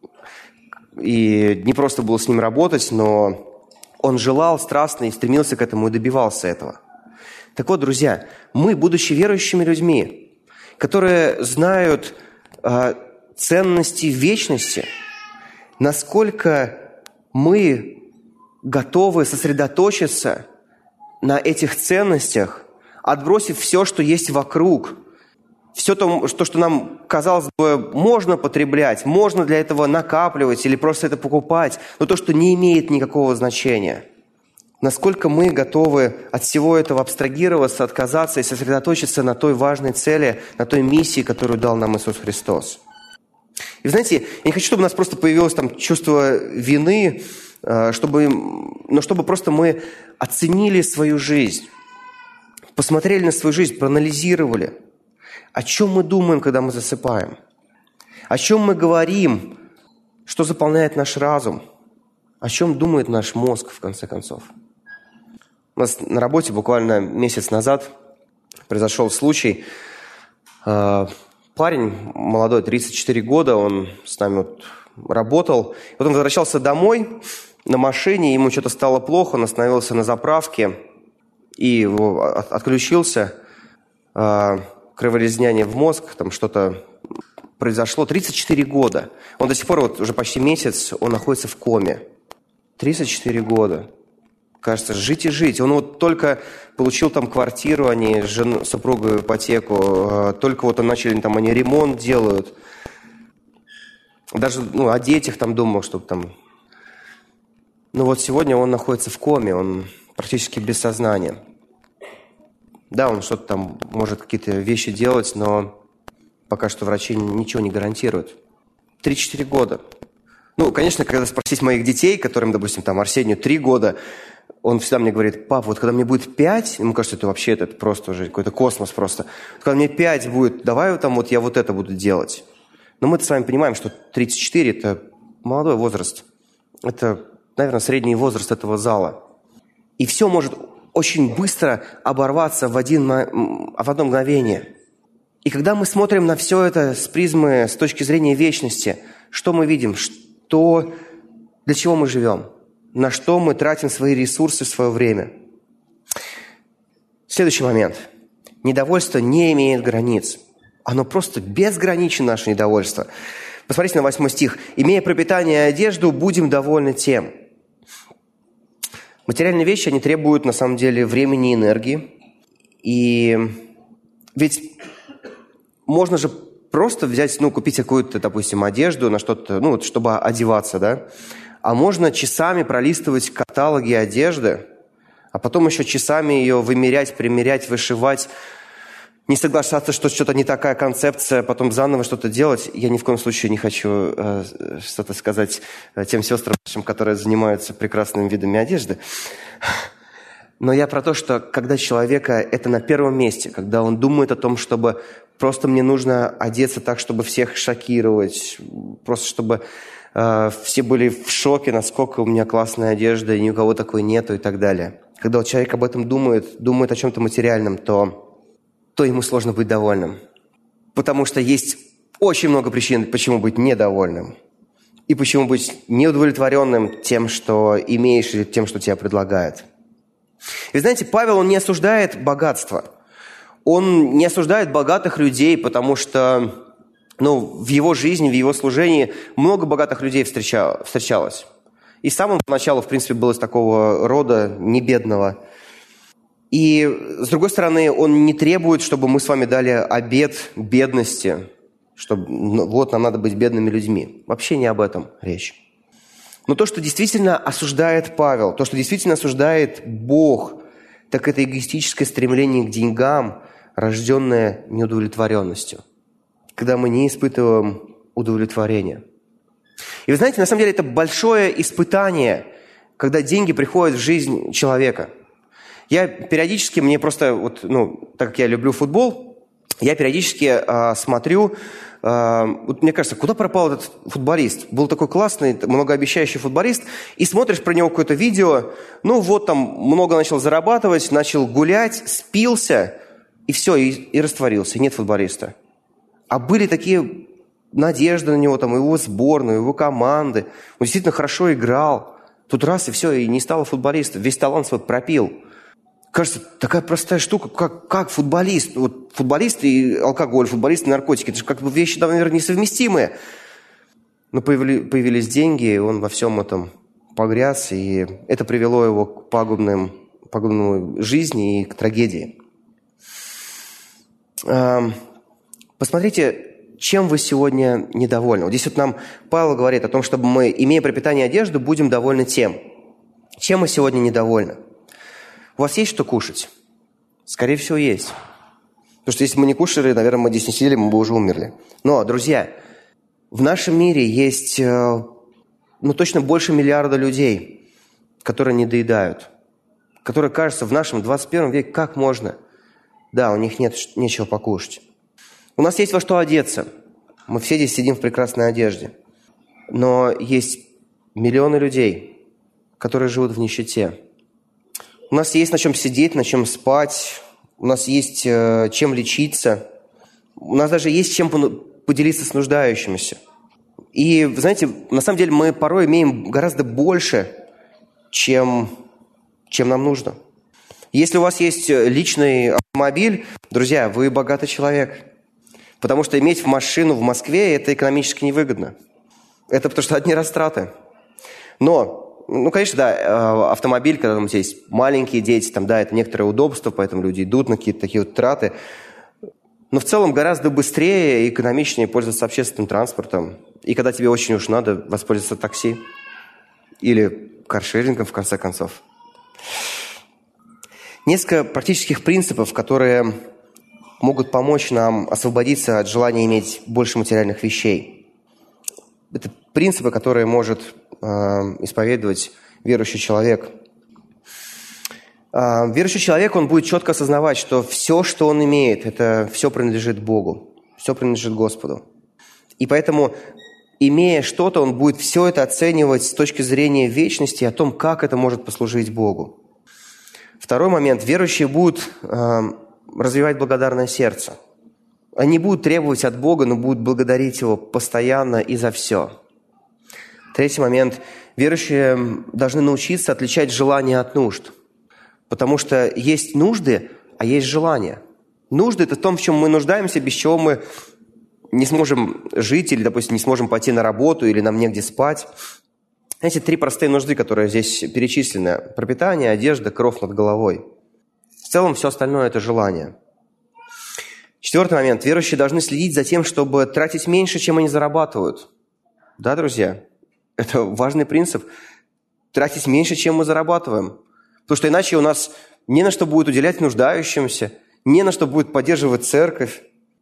B: И не просто было с ним работать, но он желал страстно и стремился к этому и добивался этого. Так вот, друзья, мы, будучи верующими людьми, которые знают э, ценности вечности, насколько мы готовы сосредоточиться на этих ценностях, отбросив все, что есть вокруг, все то, что нам, казалось бы, можно потреблять, можно для этого накапливать или просто это покупать, но то, что не имеет никакого значения. Насколько мы готовы от всего этого абстрагироваться, отказаться и сосредоточиться на той важной цели, на той миссии, которую дал нам Иисус Христос. И знаете, я не хочу, чтобы у нас просто появилось там чувство вины, чтобы, но чтобы просто мы оценили свою жизнь, посмотрели на свою жизнь, проанализировали, о чем мы думаем, когда мы засыпаем, о чем мы говорим, что заполняет наш разум, о чем думает наш мозг, в конце концов. У нас на работе буквально месяц назад произошел случай. Парень молодой, тридцать четыре года, он с нами вот работал. И вот он возвращался домой на машине, ему что-то стало плохо, он остановился на заправке и его отключился. Кровоизлияние в мозг, там что-то произошло. тридцать четыре года. Он до сих пор, вот уже почти месяц, он находится в коме. тридцать четыре года. Кажется, жить и жить. Он вот только получил там квартиру, они с женой, супругой ипотеку, только вот начали, там они ремонт делают. Даже ну, о детях там думал, чтобы там... Ну вот сегодня он находится в коме, он практически без сознания. Да, он что-то там может какие-то вещи делать, но пока что врачи ничего не гарантируют. три-четыре года. Ну, конечно, когда спросить моих детей, которым, допустим, там Арсению три года, он всегда мне говорит: пап, вот когда мне будет пять, ему кажется, это вообще это просто уже какой-то космос просто. Когда мне пять будет, давай там вот я вот это буду делать. Но мы-то с вами понимаем, что тридцать четыре – это молодой возраст. Это, наверное, средний возраст этого зала. И все может очень быстро оборваться в, один, в одно мгновение. И когда мы смотрим на все это с призмы, с точки зрения вечности, что мы видим? Что, для чего мы живем? На что мы тратим свои ресурсы, свое время? Следующий момент. Недовольство не имеет границ. Оно просто безгранично, наше недовольство. Посмотрите на восьмой стих. «Имея пропитание и одежду, будем довольны тем». Материальные вещи, они требуют, на самом деле, времени и энергии. И ведь можно же просто взять, ну, купить какую-то, допустим, одежду на что-то, ну, чтобы одеваться, да? А можно часами пролистывать каталоги одежды, а потом еще часами ее вымерять, примерять, вышивать, не соглашаться, что что-то не такая концепция, потом заново что-то делать. Я ни в коем случае не хочу э, что-то сказать тем сестрам, которые занимаются прекрасными видами одежды. Но я про то, что когда человека это на первом месте, когда он думает о том, чтобы просто мне нужно одеться так, чтобы всех шокировать, просто чтобы э, все были в шоке, насколько у меня классная одежда, и ни у кого такой нету и так далее. Когда вот человек об этом думает, думает о чем-то материальном, то... то ему сложно быть довольным. Потому что есть очень много причин, почему быть недовольным. И почему быть неудовлетворенным тем, что имеешь, или тем, что тебе предлагают. И знаете, Павел, он не осуждает богатство. Он не осуждает богатых людей, потому что ну, в его жизни, в его служении много богатых людей встречалось. И сам он поначалу, в принципе, был из такого рода небедного. И, с другой стороны, он не требует, чтобы мы с вами дали обет бедности, чтобы ну, вот нам надо быть бедными людьми. Вообще не об этом речь. Но то, что действительно осуждает Павел, то, что действительно осуждает Бог, так это эгоистическое стремление к деньгам, рожденное неудовлетворенностью, когда мы не испытываем удовлетворения. И вы знаете, на самом деле это большое испытание, когда деньги приходят в жизнь человека. Я периодически, мне просто, вот, ну, так как я люблю футбол, я периодически э, смотрю, э, вот мне кажется, куда пропал этот футболист? Был такой классный, многообещающий футболист, и смотришь про него какое-то видео, ну вот там много начал зарабатывать, начал гулять, спился, и все, и, и растворился, нет футболиста. А были такие надежды на него, там, его сборную, его команды, он действительно хорошо играл, тут раз и все, и не стало футболиста, весь талант свой пропил. Кажется, такая простая штука, как, как футболист. Вот футболист и алкоголь, футболист и наркотики. Это же как бы вещи, наверное, несовместимые. Но появили, появились деньги, и он во всем этом погряз, и это привело его к пагубным, пагубной жизни и к трагедии. Посмотрите, чем вы сегодня недовольны. Вот здесь вот нам Павел говорит о том, чтобы мы, имея пропитание и одежду, будем довольны тем. Чем мы сегодня недовольны? У вас есть что кушать? Скорее всего, есть. Потому что если мы не кушали, наверное, мы здесь не сидели, мы бы уже умерли. Но, друзья, в нашем мире есть, ну, точно больше миллиарда людей, которые не доедают. Которые, кажется, в нашем двадцать первом веке, как можно? Да, у них нет нечего покушать. У нас есть во что одеться. Мы все здесь сидим в прекрасной одежде. Но есть миллионы людей, которые живут в нищете. У нас есть на чем сидеть, на чем спать. У нас есть э, чем лечиться. У нас даже есть чем поделиться с нуждающимися. И, знаете, на самом деле мы порой имеем гораздо больше, чем, чем нам нужно. Если у вас есть личный автомобиль, друзья, вы богатый человек. Потому что иметь машину в Москве – это экономически невыгодно. Это потому что одни растраты. Но, ну, конечно, да, автомобиль, когда там есть маленькие дети, там, да, это некоторое удобство, поэтому люди идут на какие-то такие вот траты. Но в целом гораздо быстрее и экономичнее пользоваться общественным транспортом. И когда тебе очень уж надо, воспользоваться такси. Или каршерингом, в конце концов. Несколько практических принципов, которые могут помочь нам освободиться от желания иметь больше материальных вещей. Это принципы, которые может э, исповедовать верующий человек. Э, верующий человек, он будет четко осознавать, что все, что он имеет, это все принадлежит Богу, все принадлежит Господу. И поэтому, имея что-то, он будет все это оценивать с точки зрения вечности, о том, как это может послужить Богу. Второй момент. Верующие будут э, развивать благодарное сердце. Они будут требовать от Бога, но будут благодарить Его постоянно и за все. Третий момент. Верующие должны научиться отличать желания от нужд. Потому что есть нужды, а есть желания. Нужды – это в том, в чем мы нуждаемся, без чего мы не сможем жить, или, допустим, не сможем пойти на работу, или нам негде спать. Эти три простые нужды, которые здесь перечислены. Пропитание, одежда, кров над головой. В целом все остальное – это желание. Четвертый момент. Верующие должны следить за тем, чтобы тратить меньше, чем они зарабатывают. Да, друзья? Это важный принцип. Тратить меньше, чем мы зарабатываем. Потому что иначе у нас не на что будет уделять нуждающимся, не на что будет поддерживать церковь.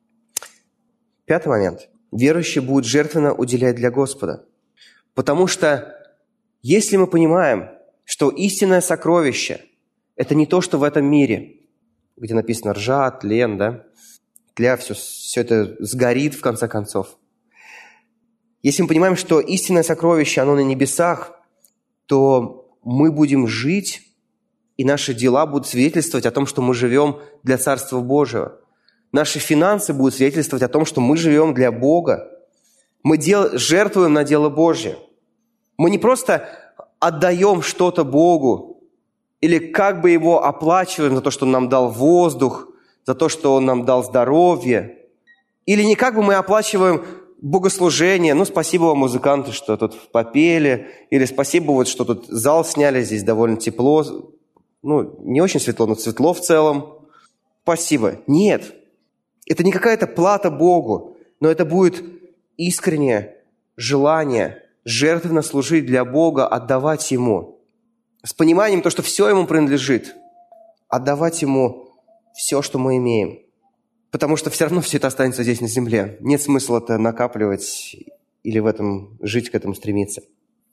B: Пятый момент. Верующие будут жертвенно уделять для Господа. Потому что если мы понимаем, что истинное сокровище – это не то, что в этом мире, где написано «ржа, тлен», да? Тля, все, все это сгорит в конце концов. Если мы понимаем, что истинное сокровище, оно на небесах, то мы будем жить, и наши дела будут свидетельствовать о том, что мы живем для Царства Божьего. Наши финансы будут свидетельствовать о том, что мы живем для Бога. Мы дел... жертвуем на дело Божье. Мы не просто отдаем что-то Богу или как бы Его оплачиваем за то, что Он нам дал воздух, за то, что Он нам дал здоровье. Или не как бы мы оплачиваем богослужение. Ну, спасибо вам, музыканты, что тут попели. Или спасибо, вот, что тут зал сняли, здесь довольно тепло. Ну, не очень светло, но светло в целом. Спасибо. Нет. Это не какая-то плата Богу, но это будет искреннее желание жертвенно служить для Бога, отдавать Ему. С пониманием, то, что все Ему принадлежит. Отдавать Ему все, что мы имеем. Потому что все равно все это останется здесь на земле. Нет смысла это накапливать или в этом жить, к этому стремиться.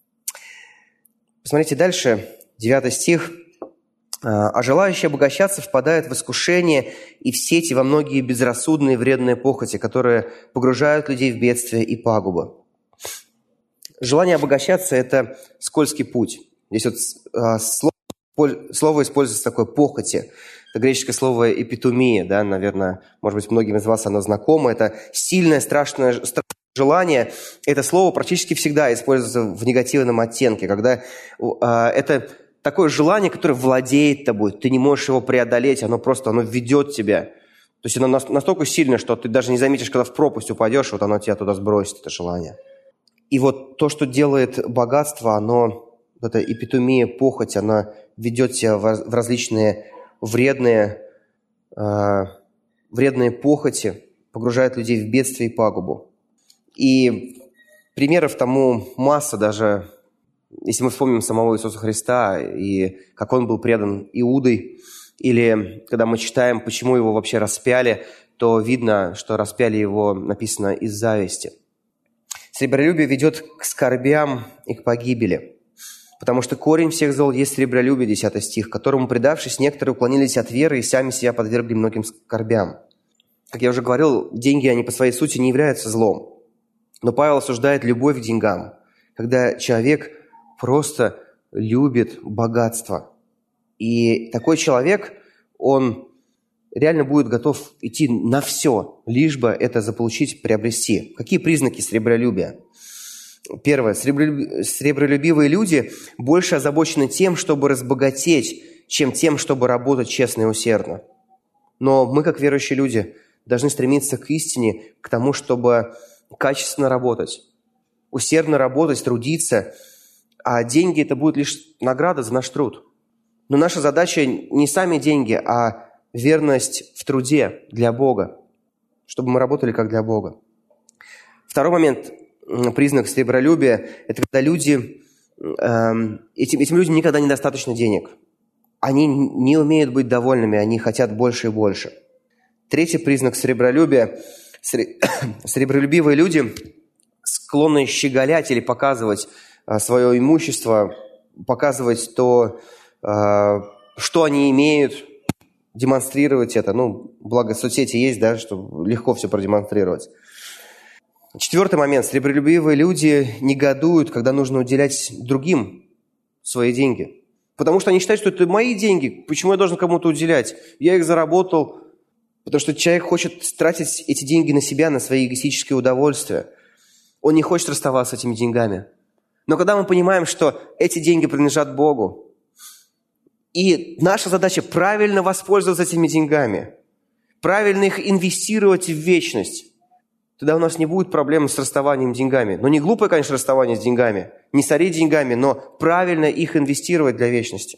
B: Посмотрите дальше, девятый стих. «А желающие обогащаться впадают в искушение и в сети во многие безрассудные вредные похоти, которые погружают людей в бедствие и пагубу». Желание обогащаться – это скользкий путь. Здесь вот слово, слово используется такое «похоти». Это греческое слово «эпитумия», да, наверное, может быть, многим из вас оно знакомо. Это сильное, страшное, страшное желание. Это слово практически всегда используется в негативном оттенке, когда э, это такое желание, которое владеет тобой. Ты не можешь его преодолеть, оно просто оно ведет тебя. То есть оно настолько сильное, что ты даже не заметишь, когда в пропасть упадешь, вот оно тебя туда сбросит, это желание. И вот то, что делает богатство, оно, эта эпитумия, похоть, она ведет тебя в различные вредные, э, вредные похоти, погружают людей в бедствие и пагубу. И примеров тому масса, даже Если мы вспомним самого Иисуса Христа и как Он был предан Иудой, или когда мы читаем, почему Его вообще распяли, то видно, что распяли Его, написано, из зависти. Сребролюбие ведет к скорбям и к погибели, потому что корень всех зол есть сребролюбие, десятый стих, которому, предавшись, некоторые уклонились от веры и сами себя подвергли многим скорбям. Как я уже говорил, деньги, они по своей сути не являются злом. Но Павел осуждает любовь к деньгам, когда человек просто любит богатство. И такой человек, он реально будет готов идти на все, лишь бы это заполучить, приобрести. Какие признаки сребролюбия? Первое. Сребролюбивые люди больше озабочены тем, чтобы разбогатеть, чем тем, чтобы работать честно и усердно. Но мы, как верующие люди, должны стремиться к истине, к тому, чтобы качественно работать, усердно работать, трудиться, а деньги – это будет лишь награда за наш труд. Но наша задача не сами деньги, а верность в труде для Бога, чтобы мы работали как для Бога. Второй момент, признак сребролюбия – это когда люди, э, этим, этим людям никогда недостаточно денег. Они не умеют быть довольными, они хотят больше и больше. Третий признак сребролюбия – сребролюбивые люди склонны щеголять или показывать свое имущество, показывать то, что они имеют, демонстрировать это. Ну, благо соцсети есть, да, чтобы легко все продемонстрировать. Четвертый момент. Сребролюбивые люди негодуют, когда нужно уделять другим свои деньги. Потому что они считают, что это мои деньги. Почему я должен кому-то уделять? Я их заработал. Потому что человек хочет тратить эти деньги на себя, на свои эгоистические удовольствия. Он не хочет расставаться с этими деньгами. Но когда мы понимаем, что эти деньги принадлежат Богу, и наша задача правильно воспользоваться этими деньгами, правильно их инвестировать в вечность, тогда у нас не будет проблем с расставанием с деньгами. Но не глупое, конечно, расставание с деньгами, не сорить деньгами, но правильно их инвестировать для вечности.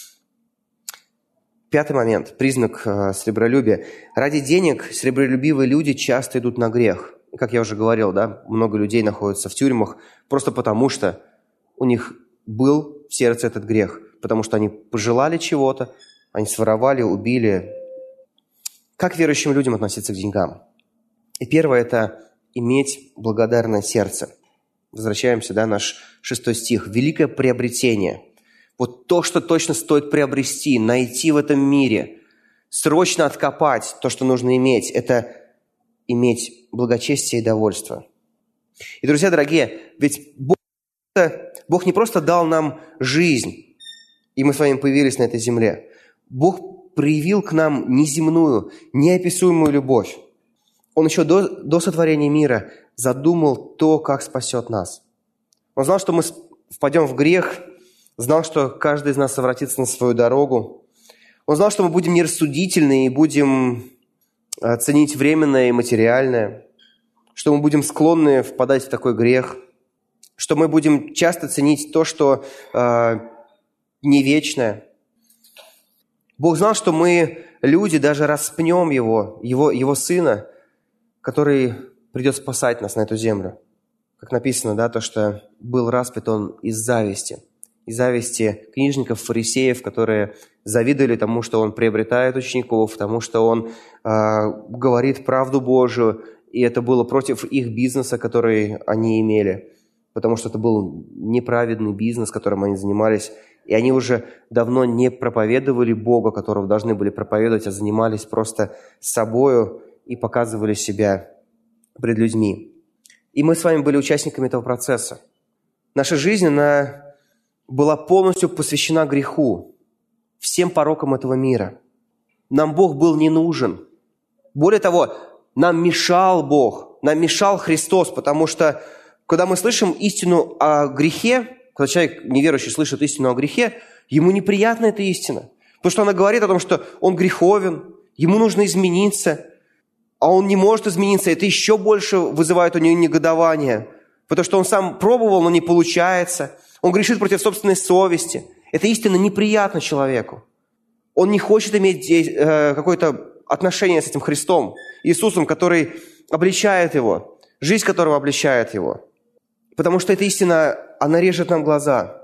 B: Пятый момент, признак э, сребролюбия. Ради денег сребролюбивые люди часто идут на грех. Как я уже говорил, да, много людей находятся в тюрьмах просто потому, что у них был в сердце этот грех, потому что они пожелали чего-то, они своровали, убили. Как верующим людям относиться к деньгам? И первое – это иметь благодарное сердце. Возвращаемся, да, наш шестой стих. Великое приобретение. Вот то, что точно стоит приобрести, найти в этом мире, срочно откопать то, что нужно иметь, это иметь благочестие и довольство. И, друзья дорогие, ведь Бог, Бог не просто дал нам жизнь, и мы с вами появились на этой земле. Бог проявил к нам неземную, неописуемую любовь. Он еще до, до сотворения мира задумал то, как спасет нас. Он знал, что мы впадем в грех, знал, что каждый из нас совратится на свою дорогу. Он знал, что мы будем нерассудительны и будем ценить временное и материальное, что мы будем склонны впадать в такой грех, что мы будем часто ценить то, что э, не вечное. Бог знал, что мы, люди, даже распнем Его, Его, Его Сына, который придет спасать нас на эту землю. Как написано, да, то, что был распят Он из зависти. Из зависти книжников, фарисеев, которые завидовали тому, что Он приобретает учеников, тому, что Он э, говорит правду Божию, и это было против их бизнеса, который они имели, потому что это был неправедный бизнес, которым они занимались, и они уже давно не проповедовали Бога, которого должны были проповедовать, а занимались просто собою и показывали себя пред людьми. И мы с вами были участниками этого процесса. Наша жизнь, она была полностью посвящена греху, всем порокам этого мира. Нам Бог был не нужен. Более того, нам мешал Бог, нам мешал Христос, потому что, когда мы слышим истину о грехе, когда человек неверующий слышит истину о грехе, ему неприятна эта истина, потому что она говорит о том, что он греховен, ему нужно измениться, а он не может измениться. Это еще больше вызывает у него негодование, потому что он сам пробовал, но не получается. Он грешит против собственной совести. Эта истина неприятна человеку. Он не хочет иметь э, какое-то отношение с этим Христом, Иисусом, который обличает его, жизнь которого обличает его. Потому что эта истина, она режет нам глаза.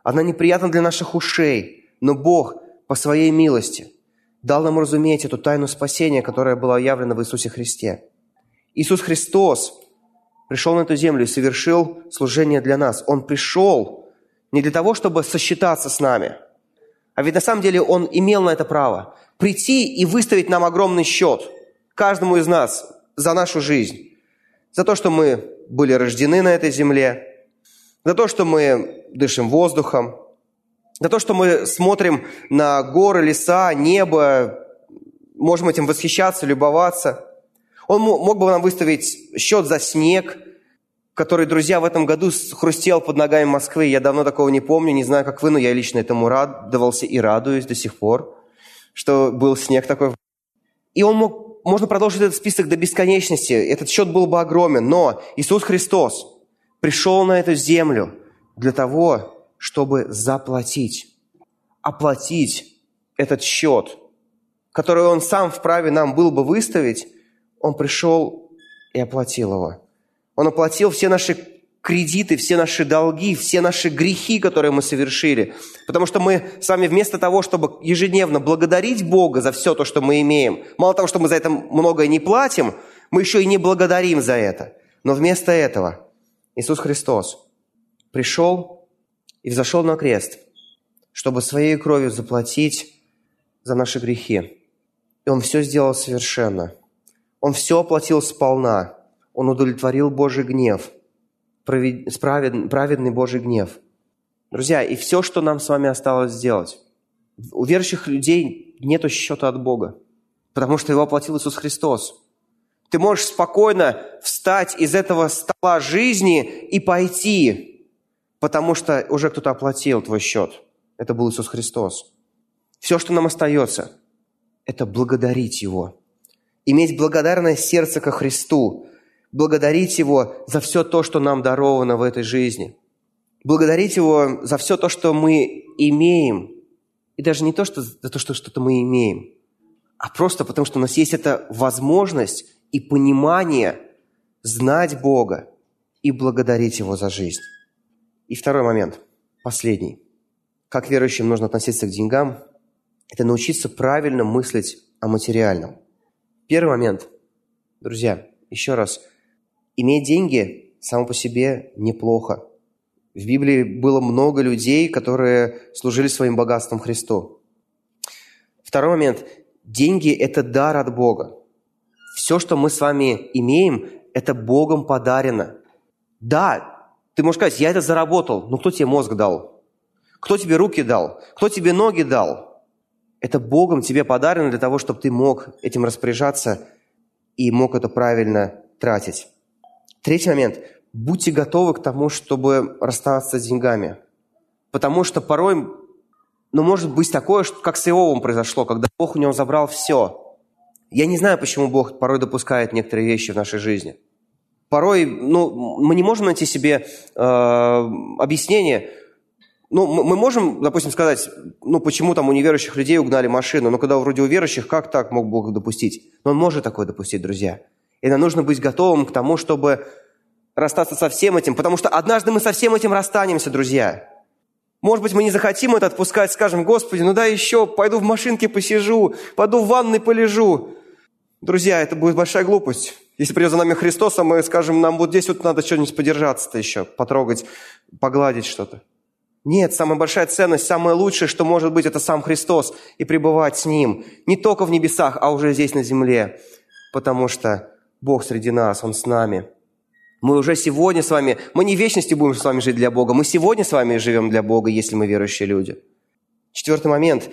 B: Она неприятна для наших ушей, но Бог по своей милости дал нам разуметь эту тайну спасения, которая была явлена в Иисусе Христе. Иисус Христос пришел на эту землю и совершил служение для нас. Он пришел не для того, чтобы сосчитаться с нами, а ведь на самом деле Он имел на это право. Прийти и выставить нам огромный счет, каждому из нас, за нашу жизнь. За то, что мы были рождены на этой земле, за то, что мы дышим воздухом, за то, что мы смотрим на горы, леса, небо, можем этим восхищаться, любоваться. Он мог бы нам выставить счет за снег, который, друзья, в этом году хрустел под ногами Москвы. Я давно такого не помню, не знаю, как вы, но я лично этому радовался и радуюсь до сих пор, что был снег такой. И он мог, можно продолжить этот список до бесконечности. Этот счет был бы огромен. Но Иисус Христос пришел на эту землю для того, чтобы заплатить, оплатить этот счет, который Он сам вправе нам был бы выставить. Он пришел и оплатил его. Он оплатил все наши кредиты, все наши долги, все наши грехи, которые мы совершили. Потому что мы с вами вместо того, чтобы ежедневно благодарить Бога за все то, что мы имеем, мало того, что мы за это многое не платим, мы еще и не благодарим за это. Но вместо этого Иисус Христос пришел и взошел на крест, чтобы своей кровью заплатить за наши грехи. И Он все сделал совершенно. Он все оплатил сполна. Он удовлетворил Божий гнев, праведный Божий гнев. Друзья, и все, что нам с вами осталось сделать. У верующих людей нет счета от Бога, потому что его оплатил Иисус Христос. Ты можешь спокойно встать из этого стола жизни и пойти, потому что уже кто-то оплатил твой счет. Это был Иисус Христос. Все, что нам остается, это благодарить Его. Иметь благодарное сердце ко Христу, благодарить Его за все то, что нам даровано в этой жизни. Благодарить Его за все то, что мы имеем. И даже не то, что за то, что что-то мы имеем, а просто потому, что у нас есть эта возможность и понимание знать Бога и благодарить Его за жизнь. И второй момент, последний. Как верующим нужно относиться к деньгам? Это научиться правильно мыслить о материальном. Первый момент, друзья, еще раз, иметь деньги само по себе неплохо. В Библии было много людей, которые служили своим богатством Христу. Второй момент, деньги – это дар от Бога. Все, что мы с вами имеем, это Богом подарено. Да, ты можешь сказать, я это заработал, но кто тебе мозг дал? Кто тебе руки дал? Кто тебе ноги дал? Это Богом тебе подарено для того, чтобы ты мог этим распоряжаться и мог это правильно тратить. Третий момент. Будьте готовы к тому, чтобы расставаться с деньгами. Потому что порой, ну, может быть такое, как с Иовом произошло, когда Бог у него забрал все. Я не знаю, почему Бог порой допускает некоторые вещи в нашей жизни. Порой, ну, мы не можем найти себе э, объяснение. Ну, мы можем, допустим, сказать, ну, почему там у неверующих людей угнали машину, но когда вроде у верующих, как так мог Бог допустить? Но Он может такое допустить, друзья. И нам нужно быть готовым к тому, чтобы расстаться со всем этим, потому что однажды мы со всем этим расстанемся, друзья. Может быть, мы не захотим это отпускать, скажем, Господи, ну дай еще, пойду в машинке посижу, пойду в ванной полежу. Друзья, это будет большая глупость. Если придет за нами Христос, а мы скажем, нам вот здесь вот надо что-нибудь подержаться-то еще, потрогать, погладить что-то. Нет, самая большая ценность, самое лучшее, что может быть, это сам Христос и пребывать с Ним. Не только в небесах, а уже здесь на земле. Потому что Бог среди нас, Он с нами. Мы уже сегодня с вами, мы не в вечности будем с вами жить для Бога, мы сегодня с вами живем для Бога, если мы верующие люди. Четвертый момент.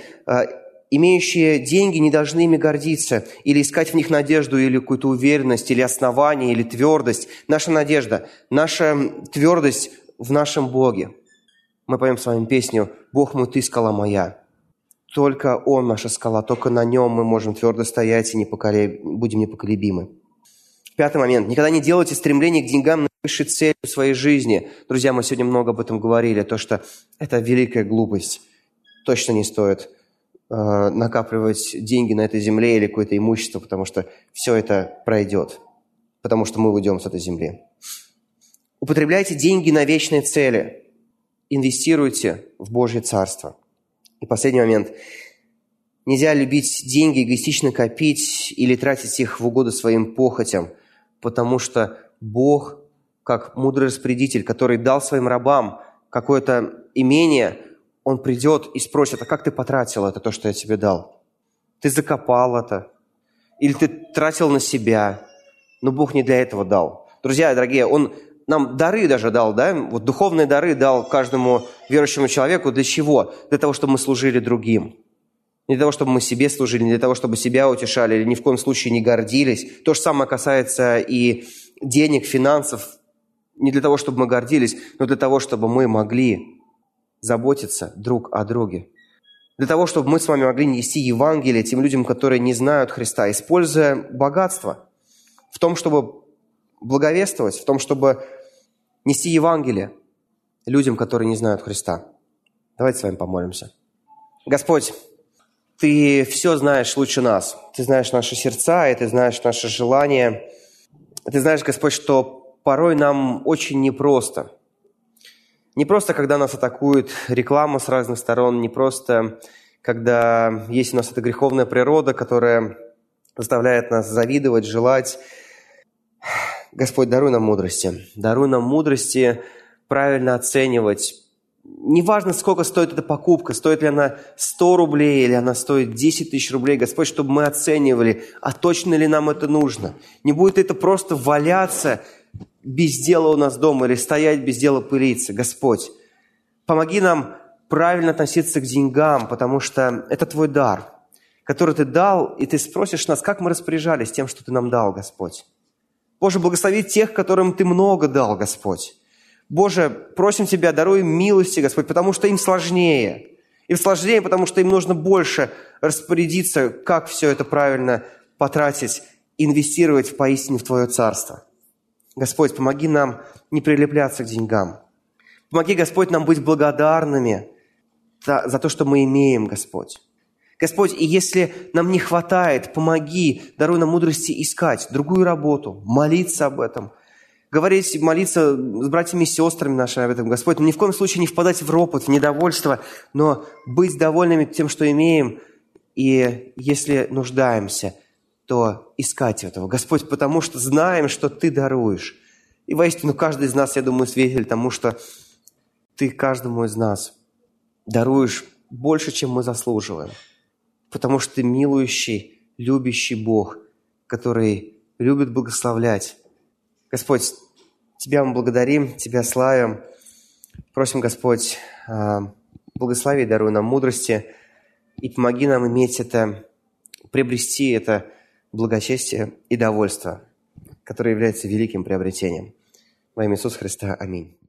B: Имеющие деньги не должны ими гордиться или искать в них надежду или какую-то уверенность, или основание, или твердость. Наша надежда, наша твердость в нашем Боге. Мы поем с вами песню «Бог мой, Ты скала моя». Только Он наша скала, только на Нем мы можем твердо стоять и непоколеб... будем непоколебимы. Пятый момент. Никогда не делайте стремление к деньгам высшей целью своей жизни. Друзья, мы сегодня много об этом говорили, то, что это великая глупость. Точно не стоит э, накапливать деньги на этой земле или какое-то имущество, потому что все это пройдет, потому что мы уйдем с этой земли. Употребляйте деньги на вечные цели. инвестируйте в Божье Царство. И последний момент. Нельзя любить деньги, эгоистично копить или тратить их в угоду своим похотям, потому что Бог, как мудрый распорядитель, который дал своим рабам какое-то имение, Он придет и спросит: а как ты потратил это, то, что я тебе дал? Ты закопал это? Или ты тратил на себя? Но Бог не для этого дал. Друзья дорогие, Он нам дары даже дал, да? Вот духовные дары дал каждому верующему человеку. Для чего? Для того, чтобы мы служили другим. Не для того, чтобы мы себе служили, не для того, чтобы себя утешали, или ни в коем случае не гордились. То же самое касается и денег, финансов. Не для того, чтобы мы гордились, но для того, чтобы мы могли заботиться друг о друге. Для того, чтобы мы с вами могли нести Евангелие тем людям, которые не знают Христа, используя богатство в том, чтобы благовествовать, в том, чтобы нести Евангелие людям, которые не знают Христа. Давайте с вами помолимся. Господь, Ты все знаешь лучше нас. Ты знаешь наши сердца, и Ты знаешь наши желания. Ты знаешь, Господь, что порой нам очень непросто. Не просто, когда нас атакует реклама с разных сторон, не просто, когда есть у нас эта греховная природа, которая заставляет нас завидовать, желать. Господь, даруй нам мудрости. Даруй нам мудрости правильно оценивать. Неважно, сколько стоит эта покупка, стоит ли она сто рублей или она стоит десять тысяч рублей, Господь, чтобы мы оценивали, а точно ли нам это нужно. Не будет это просто валяться без дела у нас дома или стоять без дела пылиться. Господь, помоги нам правильно относиться к деньгам, потому что это Твой дар, который Ты дал, и Ты спросишь нас, как мы распоряжались тем, что Ты нам дал, Господь. Боже, благослови тех, которым Ты много дал, Господь. Боже, просим Тебя, даруй им милости, Господь, потому что им сложнее. Им сложнее, потому что им нужно больше распорядиться, как все это правильно потратить, инвестировать поистине в Твое Царство. Господь, помоги нам не прилепляться к деньгам. Помоги, Господь, нам быть благодарными за, за то, что мы имеем, Господь. Господь, и если нам не хватает, помоги, даруй нам мудрости искать другую работу, молиться об этом, говорить, молиться с братьями и сестрами нашими об этом, Господь. Но ни в коем случае не впадать в ропот, в недовольство, но быть довольными тем, что имеем, и если нуждаемся, то искать этого. Господь, потому что знаем, что Ты даруешь. И воистину каждый из нас, я думаю, свидетель тому, что Ты каждому из нас даруешь больше, чем мы заслуживаем. Потому что Ты милующий, любящий Бог, который любит благословлять. Господь, Тебя мы благодарим, Тебя славим. Просим, Господь, благослови, даруй нам мудрости и помоги нам иметь это, приобрести это благочестие и довольство, которое является великим приобретением. Во имя Иисуса Христа. Аминь.